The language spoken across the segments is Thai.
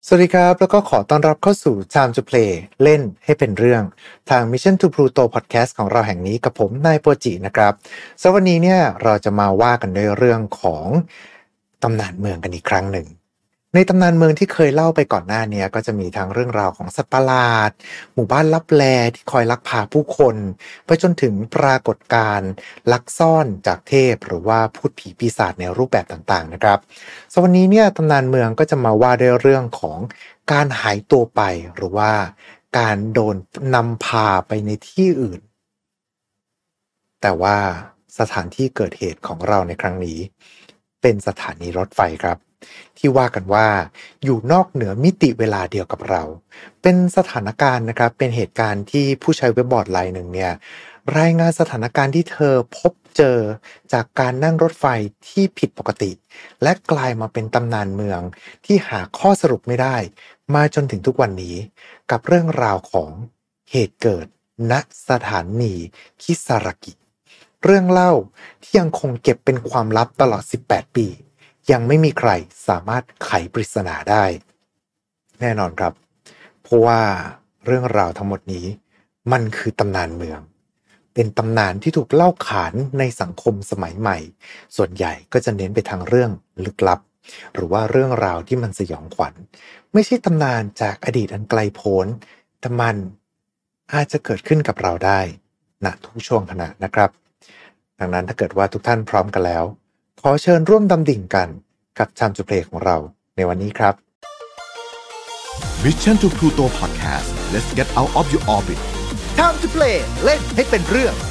สวัสดีครับแล้วก็ขอต้อนรับเข้าสู่ Time to Play เล่นให้เป็นเรื่องทาง Mission to Pluto Podcast ของเราแห่งนี้กับผมนายโปรจินะครับสำหรับวันนี้เนี่ยเราจะมาว่ากันด้วยเรื่องของตำนานเมืองกันอีกครั้งหนึ่งในตำนานเมืองที่เคยเล่าไปก่อนหน้านี้ก็จะมีทั้งเรื่องราวของสัตว์ประหลาดหมู่บ้านลับแลที่คอยลักพาผู้คนไปจนถึงปรากฏการณ์ลักซ่อนจากเทพหรือว่าพูดผีปีศาจในรูปแบบต่างๆนะครับสำหรับวันนี้เนี่ยตำนานเมืองก็จะมาว่าด้วยเรื่องของการหายตัวไปหรือว่าการโดนนำพาไปในที่อื่นแต่ว่าสถานที่เกิดเหตุของเราในครั้งนี้เป็นสถานีรถไฟครับที่ว่ากันว่าอยู่นอกเหนือมิติเวลาเดียวกับเราเป็นสถานการณ์นะครับเป็นเหตุการณ์ที่ผู้ใช้เว็บบอร์ดรายหนึ่งเนี่ยรายงานสถานการณ์ที่เธอพบเจอจากการนั่งรถไฟที่ผิดปกติและกลายมาเป็นตำนานเมืองที่หาข้อสรุปไม่ได้มาจนถึงทุกวันนี้กับเรื่องราวของเหตุเกิดณสถานีคิซารากิเรื่องเล่าที่ยังคงเก็บเป็นความลับตลอด18ปียังไม่มีใครสามารถไขปริศนาได้แน่นอนครับเพราะว่าเรื่องราวทั้งหมดนี้มันคือตำนานเมืองเป็นตำนานที่ถูกเล่าขานในสังคมสมัยใหม่ส่วนใหญ่ก็จะเน้นไปทางเรื่องลึกลับหรือว่าเรื่องราวที่มันสยองขวัญไม่ใช่ตำนานจากอดีตอันไกลโพ้นแต่มันอาจจะเกิดขึ้นกับเราได้ณทุกช่วงขณะนะครับดังนั้นถ้าเกิดว่าทุกท่านพร้อมกันแล้วขอเชิญร่วมดำดิ่งกันกับ Time to Play ของเราในวันนี้ครับ Mission to Pluto Podcast let's get out of your orbit Time to Play เล่นให้เป็นเรื่อง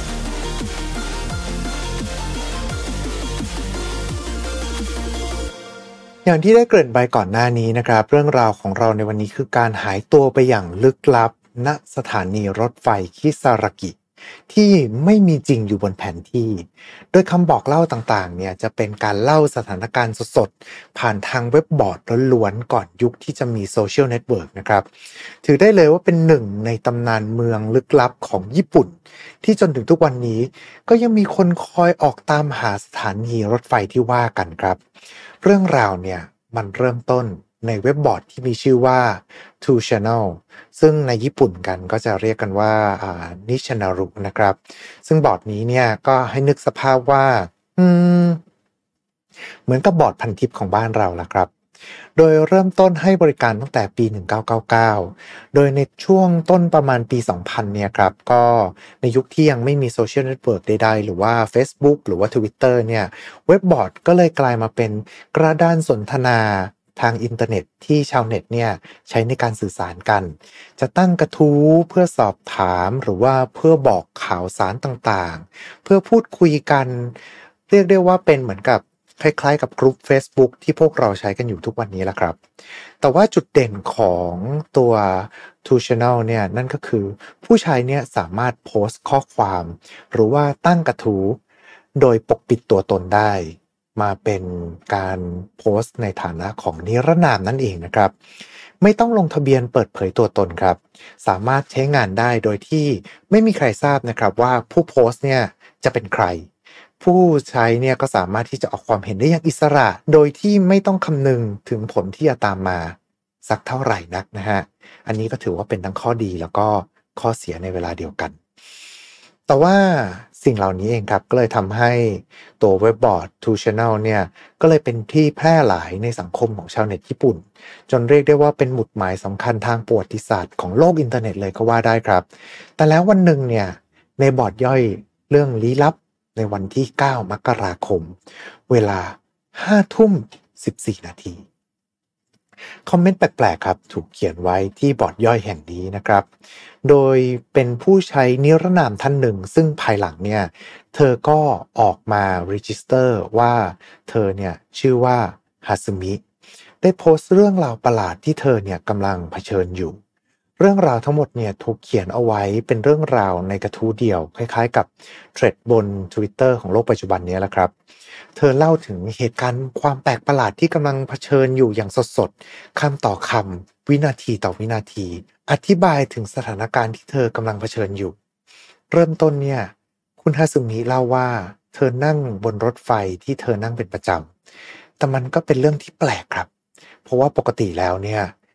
อย่างที่ได้เกริ่นไปก่อนหน้านี้นะครับเรื่องราวของเราในวันนี้คือการหายตัวไปอย่างลึกลับณสถานีรถไฟคิซารากิที่ไม่มีจริงอยู่บนแผนที่โดยคำบอกเล่าต่างๆเนี่ยจะเป็นการเล่าสถานการณ์สดๆผ่านทางเว็บบอร์ดล้วนๆก่อนยุคที่จะมีโซเชียลเน็ตเวิร์กนะครับถือได้เลยว่าเป็นหนึ่งในตำนานเมืองลึกลับของญี่ปุ่นที่จนถึงทุกวันนี้ก็ยังมีคนคอยออกตามหาสถานีรถไฟที่ว่ากันครับเรื่องราวเนี่ยมันเริ่มต้นในเว็บบอร์ดที่มีชื่อว่า Two Channel ซึ่งในญี่ปุ่นกันก็จะเรียกกันว่านิชนารุนะครับซึ่งบอร์ดนี้เนี่ยก็ให้นึกสภาพว่าเหมือนกับบอร์ดพันทิปของบ้านเราละครับโดยเริ่มต้นให้บริการตั้งแต่ปี 1999 โดยในช่วงต้นประมาณปี 2000 เนี่ยครับก็ในยุคที่ยังไม่มีโซเชียลเน็ตเวิร์กใดๆหรือว่า Facebook หรือว่า Twitter เนี่ยเว็บบอร์ดก็เลยกลายมาเป็นกระดานสนทนาทางอินเทอร์เน็ตที่ชาวเน็ตเนี่ยใช้ในการสื่อสารกันจะตั้งกระทู้เพื่อสอบถามหรือว่าเพื่อบอกข่าวสารต่างๆเพื่อพูดคุยกันเรียกได้ว่าเป็นเหมือนกับคล้ายๆกับกลุ่ม Facebook ที่พวกเราใช้กันอยู่ทุกวันนี้แหละครับแต่ว่าจุดเด่นของตัว Two Channel เนี่ยนั่นก็คือผู้ใช้เนี่ยสามารถโพสต์ข้อความหรือว่าตั้งกระทู้โดยปกปิดตัวตนได้มาเป็นการโพสต์ในฐานะของนิรนามนั่นเองนะครับไม่ต้องลงทะเบียนเปิดเผยตัวตนครับสามารถใช้งานได้โดยที่ไม่มีใครทราบนะครับว่าผู้โพสต์เนี่ยจะเป็นใครผู้ใช้เนี่ยก็สามารถที่จะออกความเห็นได้อย่างอิสระโดยที่ไม่ต้องคำนึงถึงผลที่จะตามมาสักเท่าไหร่นักนะฮะอันนี้ก็ถือว่าเป็นทั้งข้อดีแล้วก็ข้อเสียในเวลาเดียวกันแต่ว่าสิ่งเหล่านี้เองครับก็เลยทำให้ตัวเว็บบอร์ด Two Channel เนี่ยก็เลยเป็นที่แพร่หลายในสังคมของชาวเน็ตญี่ปุ่นจนเรียกได้ว่าเป็นหมุดหมายสำคัญทางประวัติศาสตร์ของโลกอินเทอร์เน็ตเลยก็ว่าได้ครับแต่แล้ววันหนึ่งเนี่ยในบอร์ดย่อยเรื่องลี้ลับในวันที่9มกราคมเวลา 5:14 นาทีคอมเมนต์แปลกๆครับถูกเขียนไว้ที่บอร์ดย่อยแห่งนี้นะครับโดยเป็นผู้ใช้นิรนามท่านหนึ่งซึ่งภายหลังเนี่ยเธอก็ออกมารีจิสเตอร์ว่าเธอเนี่ยชื่อว่าฮาซึมิได้โพสต์เรื่องราวประหลาดที่เธอเนี่ยกำลังเผชิญอยู่เรื่องราวทั้งหมดเนี่ยถูกเขียนเอาไว้เป็นเรื่องราวในกระทู้เดียวคล้ายๆกับเทรดบน Twitter ของโลกปัจจุบันนี้แหละครับเธอเล่าถึงเหตุการณ์ความแปลกประหลาดที่กำลังเผชิญอยู่อย่างสดๆคำต่อคำวินาทีต่อวินาทีอธิบายถึงสถานการณ์ที่เธอกำลังเผชิญอยู่เริ่มต้นเนี่ยคุณฮาซึมิเล่าว่าเธอนั่งบนรถไฟที่เธอนั่งเป็นประจำแต่มันก็เป็นเรื่องที่แปลกครับเพราะว่าปกติแล้วเนี่ย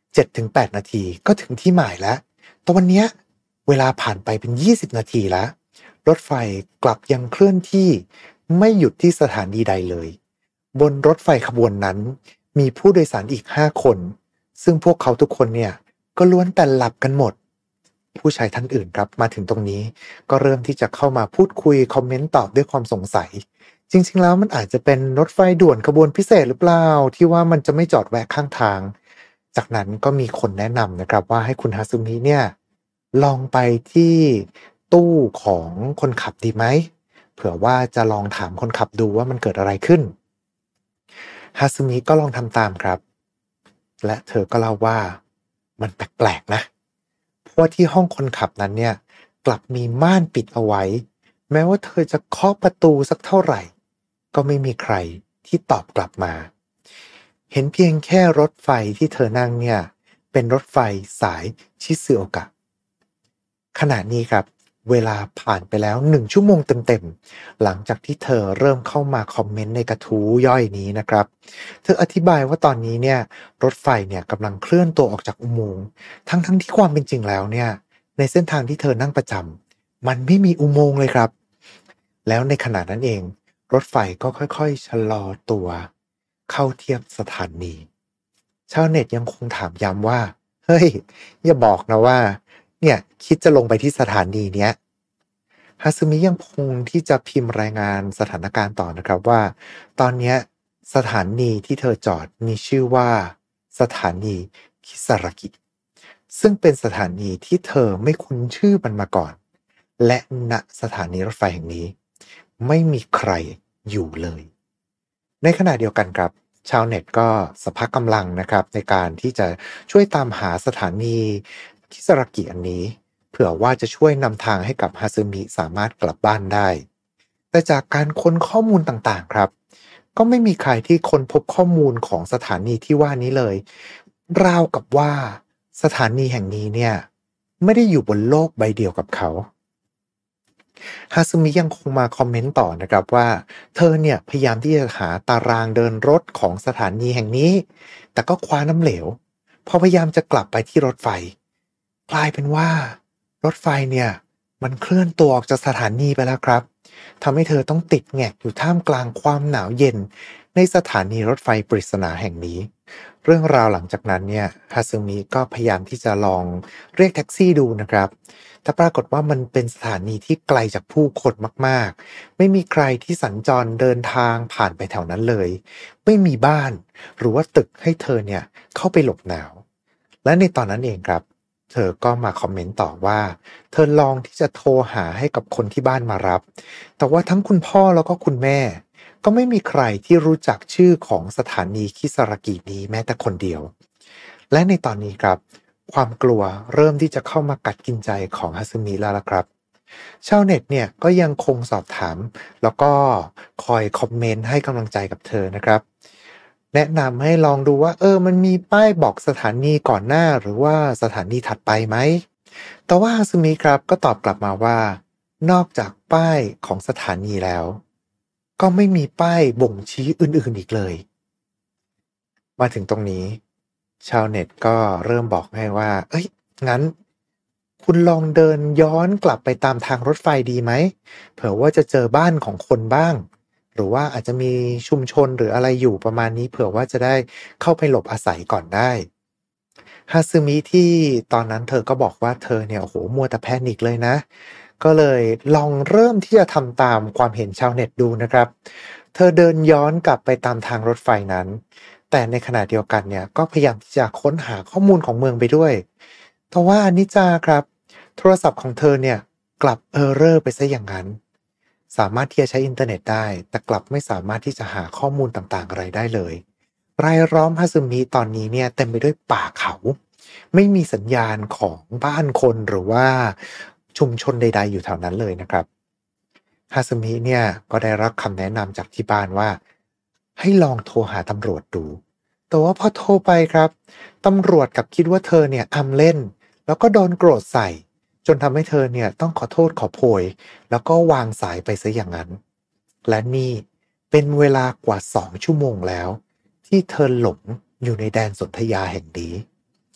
7-8 นาทีก็ถึงที่หมายแล้วแต่วันเนี้ยเวลาผ่านไปเป็น20 นาทีแล้วรถไฟกลับยังเคลื่อนที่ไม่หยุดที่สถานีใดเลยบนรถไฟขบวนนั้นมีผู้โดยสารอีก5 คนซึ่งพวกเขาทุกคนเนี่ยก็ล้วนแต่หลับกันหมดผู้ชายท่านอื่นครับมาถึงตรงนี้ก็เริ่มที่จะเข้ามาพูดคุยคอมเมนต์ตอบด้วยความสงสัยจริงๆแล้วมันอาจจะเป็นรถไฟด่วนขบวนพิเศษหรือเปล่าที่ว่ามันจะไม่จอดแวะข้างทางจากนั้นก็มีคนแนะนำนะครับว่าให้คุณฮาซึมิเนี่ยลองไปที่ตู้ของคนขับดีไหมเผื่อว่าจะลองถามคนขับดูว่ามันเกิดอะไรขึ้นฮาซึมิก็ลองทำตามครับและเธอก็เล่าว่ามันแปลกๆนะเพราะว่าที่ห้องคนขับนั้นเนี่ยกลับมีม่านปิดเอาไว้แม้ว่าเธอจะเคาะประตูสักเท่าไหร่ก็ไม่มีใครที่ตอบกลับมาเห็นเพียงแค่รถไฟที่เธอนั่งเนี่ยเป็นรถไฟสายชิซึโอกะขณะนี้ครับเวลาผ่านไปแล้ว1 ชั่วโมงเต็มๆหลังจากที่เธอเริ่มเข้ามาคอมเมนต์ในกระทู้ย่อยนี้นะครับเธออธิบายว่าตอนนี้เนี่ยรถไฟเนี่ยกำลังเคลื่อนตัวออกจากอุโมงค์ทั้งที่ความเป็นจริงแล้วเนี่ยในเส้นทางที่เธอนั่งประจำมันไม่มีอุโมงค์เลยครับแล้วในขณะนั้นเองรถไฟก็ค่อยๆชะลอตัวเข้าเทียบสถานีชาวเน็ตยังคงถามย้ำว่าเฮ้ยอย่าบอกนะว่าเนี่ยคิดจะลงไปที่สถานีเนี้ยฮาซึมิยังคงที่จะพิมพ์รายงานสถานการณ์ต่อนะครับว่าตอนนี้สถานีที่เธอจอดมีชื่อว่าสถานีคิซารากิซึ่งเป็นสถานีที่เธอไม่คุ้นชื่อมันมาก่อนและณสถานีรถไฟแห่งนี้ไม่มีใครอยู่เลยในขณะเดียวกันครับชาวเน็ตก็สะพักกำลังนะครับในการที่จะช่วยตามหาสถานีคิซารากิอันนี้เผื่อว่าจะช่วยนำทางให้กับฮาซึมิสามารถกลับบ้านได้แต่จากการค้นข้อมูลต่างๆครับก็ไม่มีใครที่ค้นพบข้อมูลของสถานีที่ว่านี้เลยราวกับว่าสถานีแห่งนี้เนี่ยไม่ได้อยู่บนโลกใบเดียวกับเขาฮาซึมิยังคงมาคอมเมนต์ต่อนะครับว่าเธอเนี่ยพยายามที่จะหาตารางเดินรถของสถานีแห่งนี้แต่ก็คว้าน้ำเหลวพอพยายามจะกลับไปที่รถไฟกลายเป็นว่ารถไฟเนี่ยมันเคลื่อนตัวออกจากสถานีไปแล้วครับทำให้เธอต้องติดแงกอยู่ท่ามกลางความหนาวเย็นในสถานีรถไฟปริศนาแห่งนี้เรื่องราวหลังจากนั้นเนี่ยฮาซึมิก็พยายามที่จะลองเรียกแท็กซี่ดูนะครับแต่ปรากฏว่ามันเป็นสถานีที่ไกลจากผู้คนมากๆไม่มีใครที่สัญจรเดินทางผ่านไปแถวนั้นเลยไม่มีบ้านหรือว่าตึกให้เธอเนี่ยเข้าไปหลบหนาวและในตอนนั้นเองครับเธอก็มาคอมเมนต์ต่อว่าเธอลองที่จะโทรหาให้กับคนที่บ้านมารับแต่ว่าทั้งคุณพ่อแล้วก็คุณแม่ก็ไม่มีใครที่รู้จักชื่อของสถานีคิซารากินี้แม้แต่คนเดียวและในตอนนี้ครับความกลัวเริ่มที่จะเข้ามากัดกินใจของฮาซึมิแล้วล่ะครับชาวเน็ตเนี่ยก็ยังคงสอบถามแล้วก็คอยคอมเมนต์ให้กำลังใจกับเธอนะครับแนะนำให้ลองดูว่ามันมีป้ายบอกสถานีก่อนหน้าหรือว่าสถานีถัดไปไหมแต่ว่าฮาซึมิครับก็ตอบกลับมาว่านอกจากป้ายของสถานีแล้วก็ไม่มีป้ายบ่งชี้อื่นๆอีกเลยมาถึงตรงนี้ชาวเน็ตก็เริ่มบอกให้ว่างั้นคุณลองเดินย้อนกลับไปตามทางรถไฟดีไหมเผื่อว่าจะเจอบ้านของคนบ้างหรือว่าอาจจะมีชุมชนหรืออะไรอยู่ประมาณนี้เผื่อว่าจะได้เข้าไปหลบอาศัยก่อนได้ฮาซึมิที่ตอนนั้นเธอก็บอกว่าเธอเนี่ยโอ้โหมัวแต่แพนิคเลยนะก็เลยลองเริ่มที่จะทำตามความเห็นชาวเน็ตดูนะครับเธอเดินย้อนกลับไปตามทางรถไฟนั้นแต่ในขณะเดียวกันเนี่ยก็พยายามที่จะค้นหาข้อมูลของเมืองไปด้วยแต่ว่านิจาครับโทรศัพท์ของเธอเนี่ยกลับเออร์เรอร์ไปซะอย่างนั้นสามารถที่จะใช้อินเทอร์เน็ตได้แต่กลับไม่สามารถที่จะหาข้อมูลต่างๆอะไรได้เลยรายล้อมฮาซึมิตอนนี้เนี่ยเต็มไปด้วยป่าเขาไม่มีสัญญาณของบ้านคนหรือว่าชุมชนใดๆอยู่แถวนั้นเลยนะครับฮาซึมิเนี่ยก็ได้รับคำแนะนำจากที่บ้านว่าให้ลองโทรหาตำรวจดูแต่ว่าพอโทรไปครับตำรวจกลับคิดว่าเธอเนี่ยอำเล่นแล้วก็โดนโกรธใส่จนทำให้เธอเนี่ยต้องขอโทษขอโพยแล้วก็วางสายไปซะอย่างนั้นและนี่เป็นเวลากว่า2 ชั่วโมงแล้วที่เธอหลงอยู่ในแดนสนธยาแห่งนี้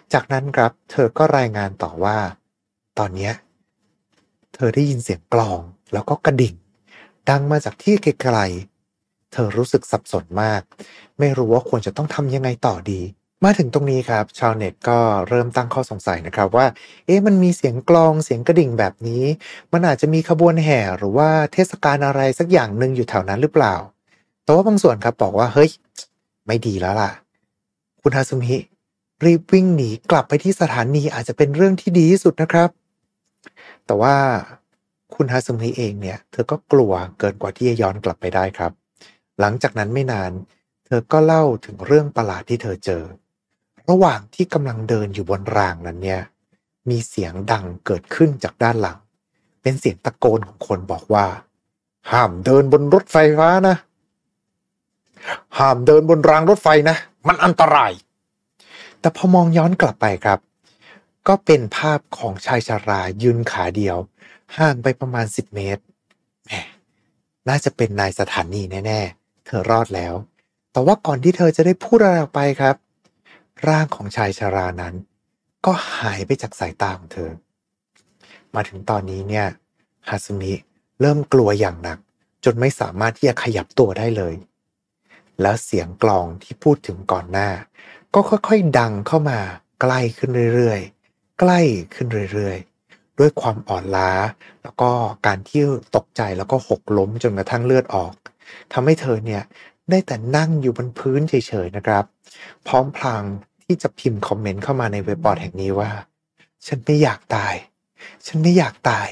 จากนั้นครับเธอก็รายงานต่อว่าตอนเนี้ยเธอได้ยินเสียงกลองแล้วก็กระดิ่งดังมาจากที่ไกลๆเธอรู้สึกสับสนมากไม่รู้ว่าควรจะต้องทำยังไงต่อดีมาถึงตรงนี้ครับชาวเน็ตก็เริ่มตั้งข้อสงสัยนะครับว่ามันมีเสียงกลองเสียงกระดิ่งแบบนี้มันอาจจะมีขบวนแห่หรือว่าเทศกาลอะไรสักอย่างหนึ่งอยู่แถวนั้นหรือเปล่าแต่ว่าบางส่วนครับบอกว่าเฮ้ยไม่ดีแล้วล่ะคุณฮาซุมิรีบวิ่งหนีกลับไปที่สถานีอาจจะเป็นเรื่องที่ดีที่สุดนะครับแต่ว่าคุณฮาซุมิเองเนี่ยเธอก็กลัวเกินกว่าที่จะย้อนกลับไปได้ครับหลังจากนั้นไม่นานเธอก็เล่าถึงเรื่องประหลาดที่เธอเจอระหว่างที่กำลังเดินอยู่บนรางนั้นเนี่ยมีเสียงดังเกิดขึ้นจากด้านหลังเป็นเสียงตะโกนของคนบอกว่าห้ามเดินบนรถไฟฟ้านะห้ามเดินบนรางรถไฟนะมันอันตรายแต่พอมองย้อนกลับไปครับก็เป็นภาพของชายชรายืนขาเดียวห่างไปประมาณ10 เมตรแหมน่าจะเป็นนายสถานีแน่ๆเธอรอดแล้วแต่ว่าก่อนที่เธอจะได้พูดอะไรออกไปครับร่างของชายชรานั้นก็หายไปจากสายตาของเธอมาถึงตอนนี้เนี่ยฮาซุมิเริ่มกลัวอย่างหนักจนไม่สามารถที่จะขยับตัวได้เลยแล้วเสียงกลองที่พูดถึงก่อนหน้าก็ค่อยๆดังเข้ามาใกล้ขึ้นเรื่อยๆใกล้ขึ้นเรื่อยๆด้วยความอ่อนล้าแล้วก็การที่ตกใจแล้วก็หกล้มจนกระทั่งเลือดออกทำให้เธอเนี่ยได้แต่นั่งอยู่บนพื้นเฉยๆนะครับพร้อมพลางที่จะพิมพ์คอมเมนต์เข้ามาในเว็บบอร์ดแห่งนี้ว่าฉันไม่อยากตายฉันไม่อยากตาย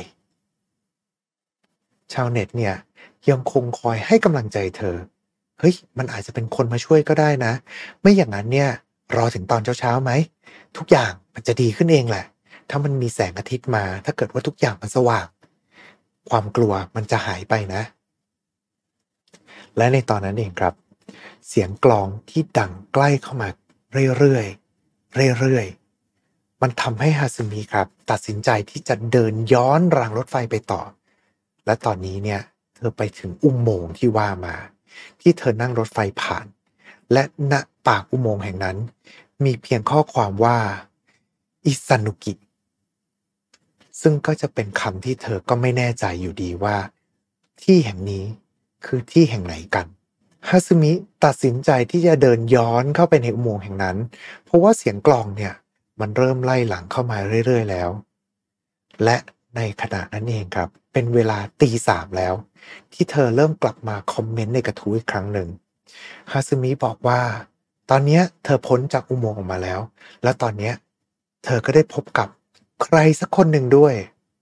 ชาวเน็ตเนี่ยยังคงคอยให้กำลังใจเธอเฮ้ยมันอาจจะเป็นคนมาช่วยก็ได้นะไม่อย่างนั้นเนี่ยรอถึงตอนเช้าไหมทุกอย่างมันจะดีขึ้นเองแหละถ้ามันมีแสงอาทิตย์มาถ้าเกิดว่าทุกอย่างมันสว่างความกลัวมันจะหายไปนะและในตอนนั้นเองครับเสียงกลองที่ดังใกล้เข้ามาเรื่อยๆเรื่อยๆมันทำให้ฮาซึมิครับตัดสินใจที่จะเดินย้อนรางรถไฟไปต่อและตอนนี้เนี่ยเธอไปถึงอุโมงค์ที่ว่ามาที่เธอนั่งรถไฟผ่านและณปากอุโมงค์แห่งนั้นมีเพียงข้อความว่าอิซานุกิซึ่งก็จะเป็นคำที่เธอก็ไม่แน่ใจอยู่ดีว่าที่แห่งนี้คือที่แห่งไหนกันฮาซึมิตัดสินใจที่จะเดินย้อนเข้าไปในอุโมงค์แห่งนั้นเพราะว่าเสียงกลองเนี่ยมันเริ่มไล่หลังเข้ามาเรื่อยๆแล้วและในขณะนั้นเองครับเป็นเวลาตี 3แล้วที่เธอเริ่มกลับมาคอมเมนต์ในกระทู้อีกครั้งหนึ่งฮาซึมิบอกว่าตอนนี้เธอพ้นจากอุโมงค์ออกมาแล้วและตอนนี้เธอก็ได้พบกับใครสักคนหนึ่งด้วย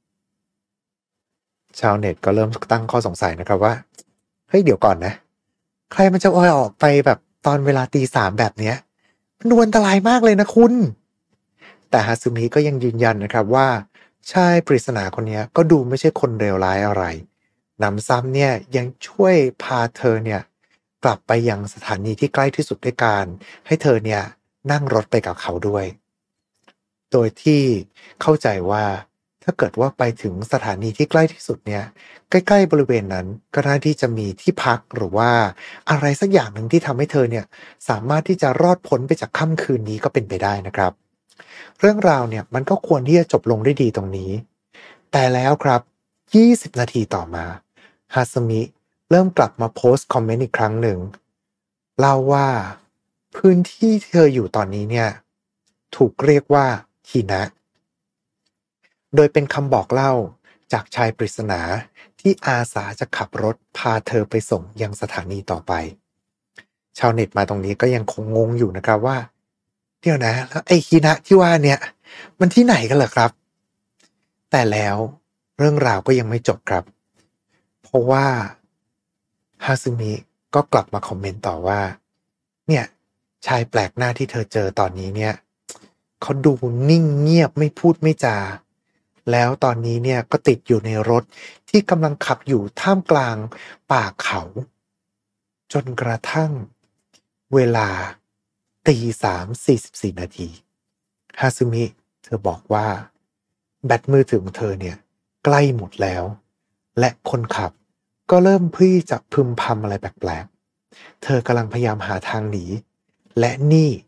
ชาวเน็ตก็เริ่มตั้งข้อสงสัยนะครับว่าเฮ้ยเดี๋ยวก่อนนะใครมันจะออกไปแบบตอนเวลาตี 3แบบเนี้ยมันดูอันตรายมากเลยนะคุณแต่ฮาซึมิก็ยังยืนยันนะครับว่าชายปริศนาคนนี้ก็ดูไม่ใช่คนเลวร้ายอะไรหนำซ้ำเนี่ยยังช่วยพาเธอเนี่ยกลับไปยังสถานีที่ใกล้ที่สุดด้วยการให้เธอเนี่ยนั่งรถไปกับเขาด้วยโดยที่เข้าใจว่าถ้าเกิดว่าไปถึงสถานีที่ใกล้ที่สุดเนี่ยใกล้ๆบริเวณนั้นก็น่าที่จะมีที่พักหรือว่าอะไรสักอย่างหนึ่งที่ทำให้เธอเนี่ยสามารถที่จะรอดพ้นไปจากค่ำคืนนี้ก็เป็นไปได้นะครับเรื่องราวเนี่ยมันก็ควรที่จะจบลงได้ดีตรงนี้แต่แล้วครับ20 นาทีต่อมาฮาซึมิเริ่มกลับมาโพสต์คอมเมนต์อีกครั้งหนึ่งเล่าว่าพื้นที่ที่เธออยู่ตอนนี้เนี่ยถูกเรียกว่าฮินะโดยเป็นคำบอกเล่าจากชายปริศนาที่อาสาจะขับรถพาเธอไปส่งยังสถานีต่อไปชาวเน็ตมาตรงนี้ก็ยังคงงงอยู่นะครับว่าเดี๋ยวนะแล้วไอ้ฮินะที่ว่าเนี่ยมันที่ไหนกันเหรอครับแต่แล้วเรื่องราวก็ยังไม่จบครับเพราะว่าฮาซึมิก็กลับมาคอมเมนต์ต่อว่าเนี่ยชายแปลกหน้าที่เธอเจอตอนนี้เนี่ยเขาดูนิ่งเงียบไม่พูดไม่จาแล้วตอนนี้เนี่ยก็ติดอยู่ในรถที่กำลังขับอยู่ท่ามกลางป่าเขาจนกระทั่งเวลาตี 3:44 นาทีฮาซึมิเธอบอกว่าแบตมือถือของเธอเนี่ยใกล้หมดแล้วและคนขับก็เริ่มที่จะพึมพำอะไรแปลกๆเธอกำลังพยายามหาทางหนีและนี่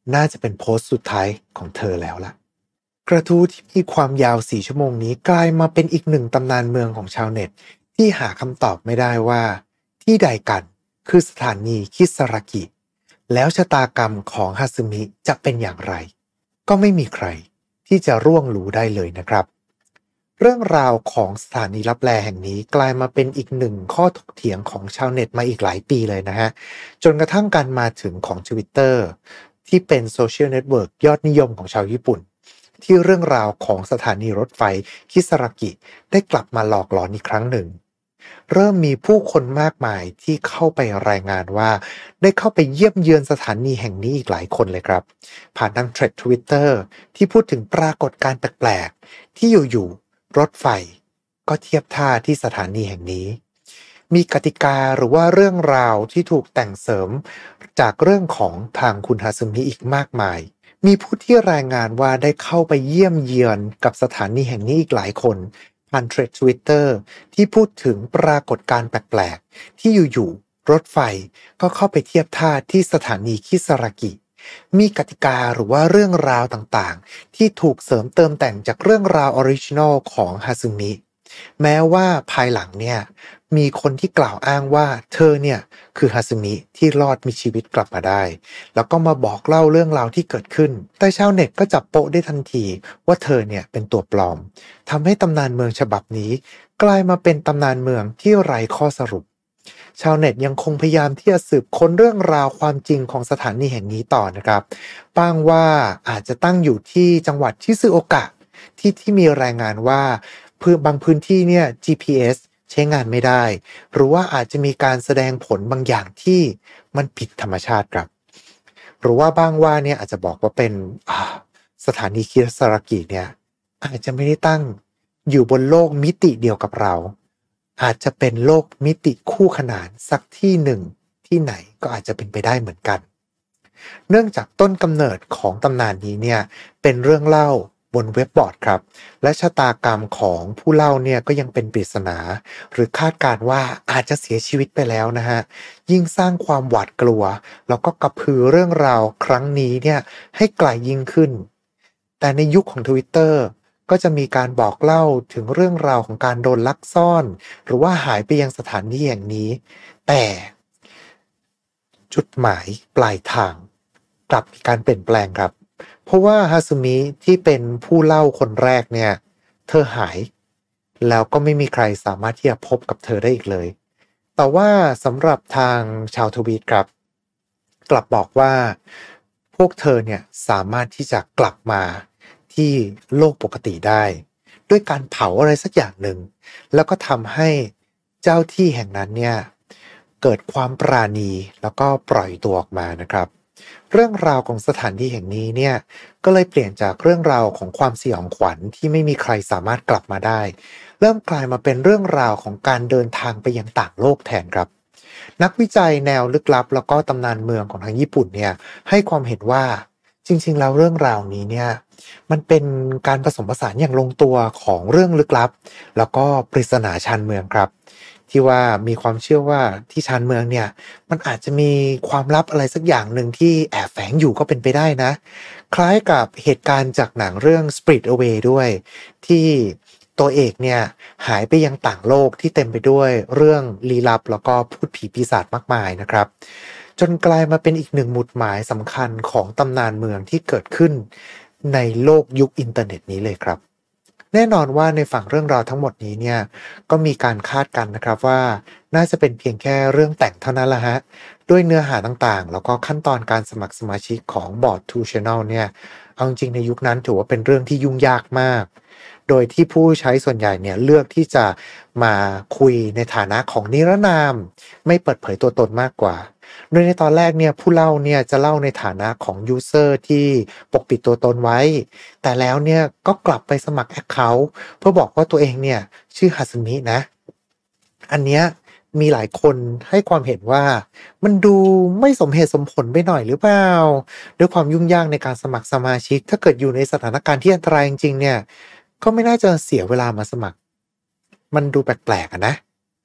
น่าจะเป็นโพสต์สุดท้ายของเธอแล้วล่ะกระทู้ที่มีความยาว4ชั่วโมงนี้กลายมาเป็นอีกหนึ่งตำนานเมืองของชาวเน็ตที่หาคำตอบไม่ได้ว่าที่ใดกันคือสถานีคิซารากิแล้วชะตากรรมของฮาซึมิจะเป็นอย่างไรก็ไม่มีใครที่จะร่วงรู้ได้เลยนะครับเรื่องราวของสถานีลับแลแห่งนี้กลายมาเป็นอีกหนึ่งข้อถกเถียงของชาวเน็ตมาอีกหลายปีเลยนะฮะจนกระทั่งการมาถึงของ Twitter ที่เป็นโซเชียลเน็ตเวิร์กยอดนิยมของชาวญี่ปุ่นที่เรื่องราวของสถานีรถไฟคิซารากิได้กลับมาหลอกหลอนอีกครั้งหนึ่งเริ่มมีผู้คนมากมายที่เข้าไปรายงานว่าได้เข้าไปเยี่ยมเยือนสถานีแห่งนี้อีกหลายคนเลยครับผ่านทางเทรด Twitter ที่พูดถึงปรากฏการณ์แปลกๆที่อยู่ๆรถไฟก็เทียบท่าที่สถานีแห่งนี้มีกติกาหรือว่าเรื่องราวที่ถูกแต่งเสริมจากเรื่องของทางคุณฮาซึมิอีกมากมายมีผู้ที่รายงานว่าได้เข้าไปเยี่ยมเยือนกับสถานีแห่งนี้อีกหลายคนผ่านเทรด Twitter ที่พูดถึงปรากฏการณ์แปลกๆที่อยู่ๆรถไฟก็เข้าไปเทียบท่าที่สถานีคิซารากิมีกติกาหรือว่าเรื่องราวต่างๆที่ถูกเสริมเติมแต่งจากเรื่องราวออริจินอลของฮาซึมิแม้ว่าภายหลังเนี่ยมีคนที่กล่าวอ้างว่าเธอเนี่ยคือฮาซึมิที่รอดมีชีวิตกลับมาได้แล้วก็มาบอกเล่าเรื่องราวที่เกิดขึ้นแต่ชาวเน็ตก็จับโป๊ะได้ทันทีว่าเธอเนี่ยเป็นตัวปลอมทำให้ตำนานเมืองฉบับนี้กลายมาเป็นตำนานเมืองที่ไร้ข้อสรุปชาวเน็ตยังคงพยายามที่จะสืบค้นเรื่องราวความจริงของสถานีแห่งนี้ต่อนะครับบ้างว่าอาจจะตั้งอยู่ที่จังหวัดชิซึโอกะที่มีรายงานว่าบางพื้นที่เนี่ย GPS ใช้งานไม่ได้หรือว่าอาจจะมีการแสดงผลบางอย่างที่มันผิดธรรมชาติครับหรือว่าบ้างว่าเนี่ยอาจจะบอกว่าเป็นสถานีคิซารากิเนี่ยอาจจะไม่ได้ตั้งอยู่บนโลกมิติเดียวกับเราอาจจะเป็นโลกมิติคู่ขนานสักที่หนึ่งที่ไหนก็อาจจะเป็นไปได้เหมือนกันเนื่องจากต้นกำเนิดของตำนานนี้เนี่ยเป็นเรื่องเล่าบนเว็บบอร์ดครับและชะตากรรมของผู้เล่าเนี่ยก็ยังเป็นปริศนาหรือคาดการณ์ว่าอาจจะเสียชีวิตไปแล้วนะฮะยิ่งสร้างความหวาดกลัวแล้วก็กระพือเรื่องราวครั้งนี้เนี่ยให้ไกลยิ่งขึ้นแต่ในยุคของ Twitter ก็จะมีการบอกเล่าถึงเรื่องราวของการโดนลักซ่อนหรือว่าหายไปยังสถานที่แห่งนี้แต่จุดหมายปลายทางกลับมีการเปลี่ยนแปลงครับเพราะว่าฮาซึมิที่เป็นผู้เล่าคนแรกเนี่ยเธอหายแล้วก็ไม่มีใครสามารถที่จะพบกับเธอได้อีกเลยแต่ว่าสำหรับทางชาวทวีตครับกลับบอกว่าพวกเธอเนี่ยสามารถที่จะกลับมาที่โลกปกติได้ด้วยการเผาอะไรสักอย่างหนึ่งแล้วก็ทำให้เจ้าที่แห่งนั้นเนี่ยเกิดความปราณีแล้วก็ปล่อยตัวออกมานะครับเรื่องราวของสถานที่แห่งนี้เนี่ยก็เลยเปลี่ยนจากเรื่องราวของความสยองขวัญที่ไม่มีใครสามารถกลับมาได้เริ่มกลายมาเป็นเรื่องราวของการเดินทางไปยังต่างโลกแทนครับนักวิจัยแนวลึกลับแล้วก็ตำนานเมืองของทางญี่ปุ่นเนี่ยให้ความเห็นว่าจริงๆแล้วเรื่องราวนี้เนี่ยมันเป็นการผสมผสานอย่างลงตัวของเรื่องลึกลับแล้วก็ปริศนาชานเมืองครับที่ว่ามีความเชื่อว่าที่ชานเมืองเนี่ยมันอาจจะมีความลับอะไรสักอย่างหนึ่งที่แอบแฝงอยู่ก็เป็นไปได้นะคล้ายกับเหตุการณ์จากหนังเรื่อง Spirit Away ด้วยที่ตัวเอกเนี่ยหายไปยังต่างโลกที่เต็มไปด้วยเรื่องลี้ลับแล้วก็พูดผีปีศาจมากมายนะครับจนกลายมาเป็นอีกหนึ่งหมุดหมายสำคัญของตำนานเมืองที่เกิดขึ้นในโลกยุคอินเทอร์เน็ตนี้เลยครับแน่นอนว่าในฝั่งเรื่องราวทั้งหมดนี้เนี่ยก็มีการคาดกันนะครับว่าน่าจะเป็นเพียงแค่เรื่องแต่งเท่านั้นละฮะด้วยเนื้อหาต่างๆแล้วก็ขั้นตอนการสมัครสมาชิกของบอร์ด Two Channel เนี่ยเอาจริงในยุคนั้นถือว่าเป็นเรื่องที่ยุ่งยากมากโดยที่ผู้ใช้ส่วนใหญ่เนี่ยเลือกที่จะมาคุยในฐานะของนิรนามไม่เปิดเผยตัวตนมากกว่าโดยในตอนแรกเนี่ยผู้เล่าเนี่ยจะเล่าในฐานะของยูเซอร์ที่ปกปิดตัวตนไว้แต่แล้วเนี่ยก็กลับไปสมัคร Account เพื่อบอกว่าตัวเองเนี่ยชื่อฮาซึมินะอันเนี้ยมีหลายคนให้ความเห็นว่ามันดูไม่สมเหตุสมผลไปหน่อยหรือเปล่าด้วยความยุ่งยากในการสมัครสมาชิกถ้าเกิดอยู่ในสถานการณ์ที่อันตรายจริงๆเนี่ยก็ไม่น่าจะเสียเวลามาสมัครมันดูแปลกๆนะ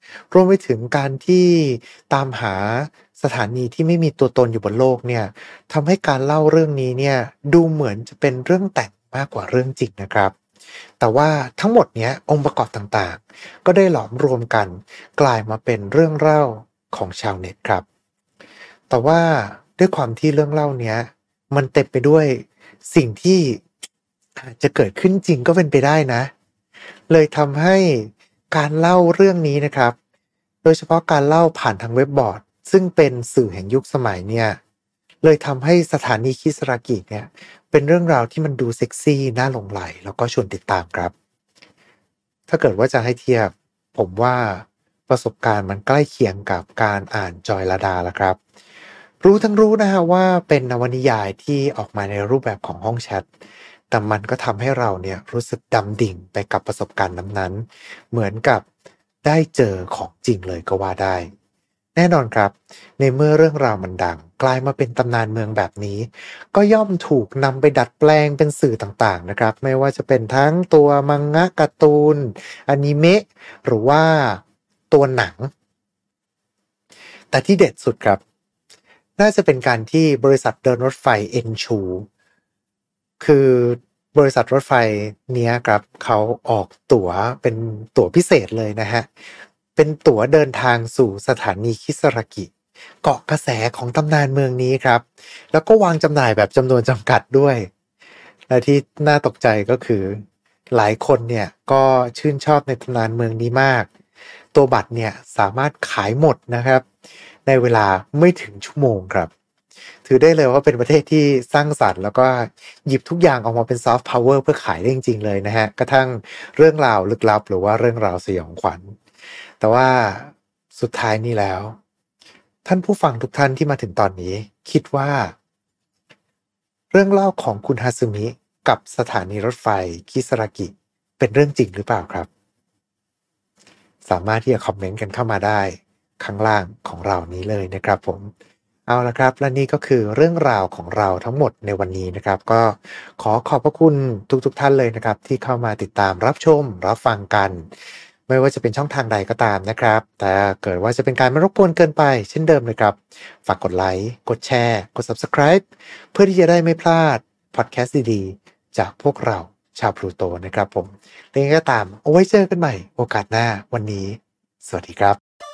รวมไปถึงการที่ตามหาสถานีที่ไม่มีตัวตนอยู่บนโลกเนี่ยทำให้การเล่าเรื่องนี้เนี่ยดูเหมือนจะเป็นเรื่องแต่งมากกว่าเรื่องจริงนะครับแต่ว่าทั้งหมดเนี้ยองค์ประกอบต่างๆก็ได้หลอมรวมกันกลายมาเป็นเรื่องเล่าของชาวเน็ตครับแต่ว่าด้วยความที่เรื่องเล่าเนี้ยมันเต็มไปด้วยสิ่งที่อาจจะเกิดขึ้นจริงก็เป็นไปได้นะเลยทำให้การเล่าเรื่องนี้นะครับโดยเฉพาะการเล่าผ่านทางเว็บบอร์ดซึ่งเป็นสื่อแห่งยุคสมัยเนี่ยเลยทำให้สถานีคิสรากิเนี่ยเป็นเรื่องราวที่มันดูเซ็กซี่น่าหลงใหลแล้วก็ชวนติดตามครับถ้าเกิดว่าจะให้เทียบผมว่าประสบการณ์มันใกล้เคียงกับการอ่านจอยลดาละครับรู้นะฮะว่าเป็นนวนิยายที่ออกมาในรูปแบบของห้องแชทแต่มันก็ทำให้เราเนี่ยรู้สึกดำดิ่งไปกับประสบการณ์นั้นๆเหมือนกับได้เจอของจริงเลยก็ว่าได้แน่นอนครับในเมื่อเรื่องราวมันดังกลายมาเป็นตำนานเมืองแบบนี้ก็ย่อมถูกนำไปดัดแปลงเป็นสื่อต่างๆนะครับไม่ว่าจะเป็นทั้งตัวมังงะการ์ตูนอนิเมะหรือว่าตัวหนังแต่ที่เด็ดสุดครับน่าจะเป็นการที่บริษัทเดินรถไฟเอ็นชูคือบริษัทรถไฟเนี้ยครับเขาออกตั๋วเป็นตั๋วพิเศษเลยนะฮะเป็นตั๋วเดินทางสู่สถานีคิสรากิเกาะกระแสของตำนานเมืองนี้ครับแล้วก็วางจำหน่ายแบบจำนวนจำกัดด้วยและที่น่าตกใจก็คือหลายคนเนี่ยก็ชื่นชอบในตำนานเมืองนี้มากตัวบัตรเนี่ยสามารถขายหมดนะครับในเวลาไม่ถึงชั่วโมงครับถือได้เลยว่าเป็นประเทศที่สร้างสรรค์แล้วก็หยิบทุกอย่างออกมาเป็นซอฟต์พาวเวอร์เพื่อขายได้จริงๆเลยนะฮะกระทั่งเรื่องราวลึกลับหรือว่าเรื่องราวสยองขวัญแต่ว่าสุดท้ายนี่แล้วท่านผู้ฟังทุกท่านที่มาถึงตอนนี้คิดว่าเรื่องเล่าของคุณฮาซึมิกับสถานีรถไฟคิสรากิเป็นเรื่องจริงหรือเปล่าครับสามารถที่จะคอมเมนต์กันเข้ามาได้ข้างล่างของเรานี้เลยนะครับผมเอาละครับและนี่ก็คือเรื่องราวของเราทั้งหมดในวันนี้นะครับก็ขอขอบพระคุณทุกท่านเลยนะครับที่เข้ามาติดตามรับชมรับฟังกันไม่ว่าจะเป็นช่องทางใดก็ตามนะครับแต่เกิดว่าจะเป็นการไม่รบกวนเกินไปเช่นเดิมเลยครับฝากกดไลค์กดแชร์กด Subscribe เพื่อที่จะได้ไม่พลาดพอดแคสต์ดีๆจากพวกเราชาวพลูโตนะครับผมยังไงก็ตามเอาไว้เจอกันใหม่โอกาสหน้าวันนี้สวัสดีครับ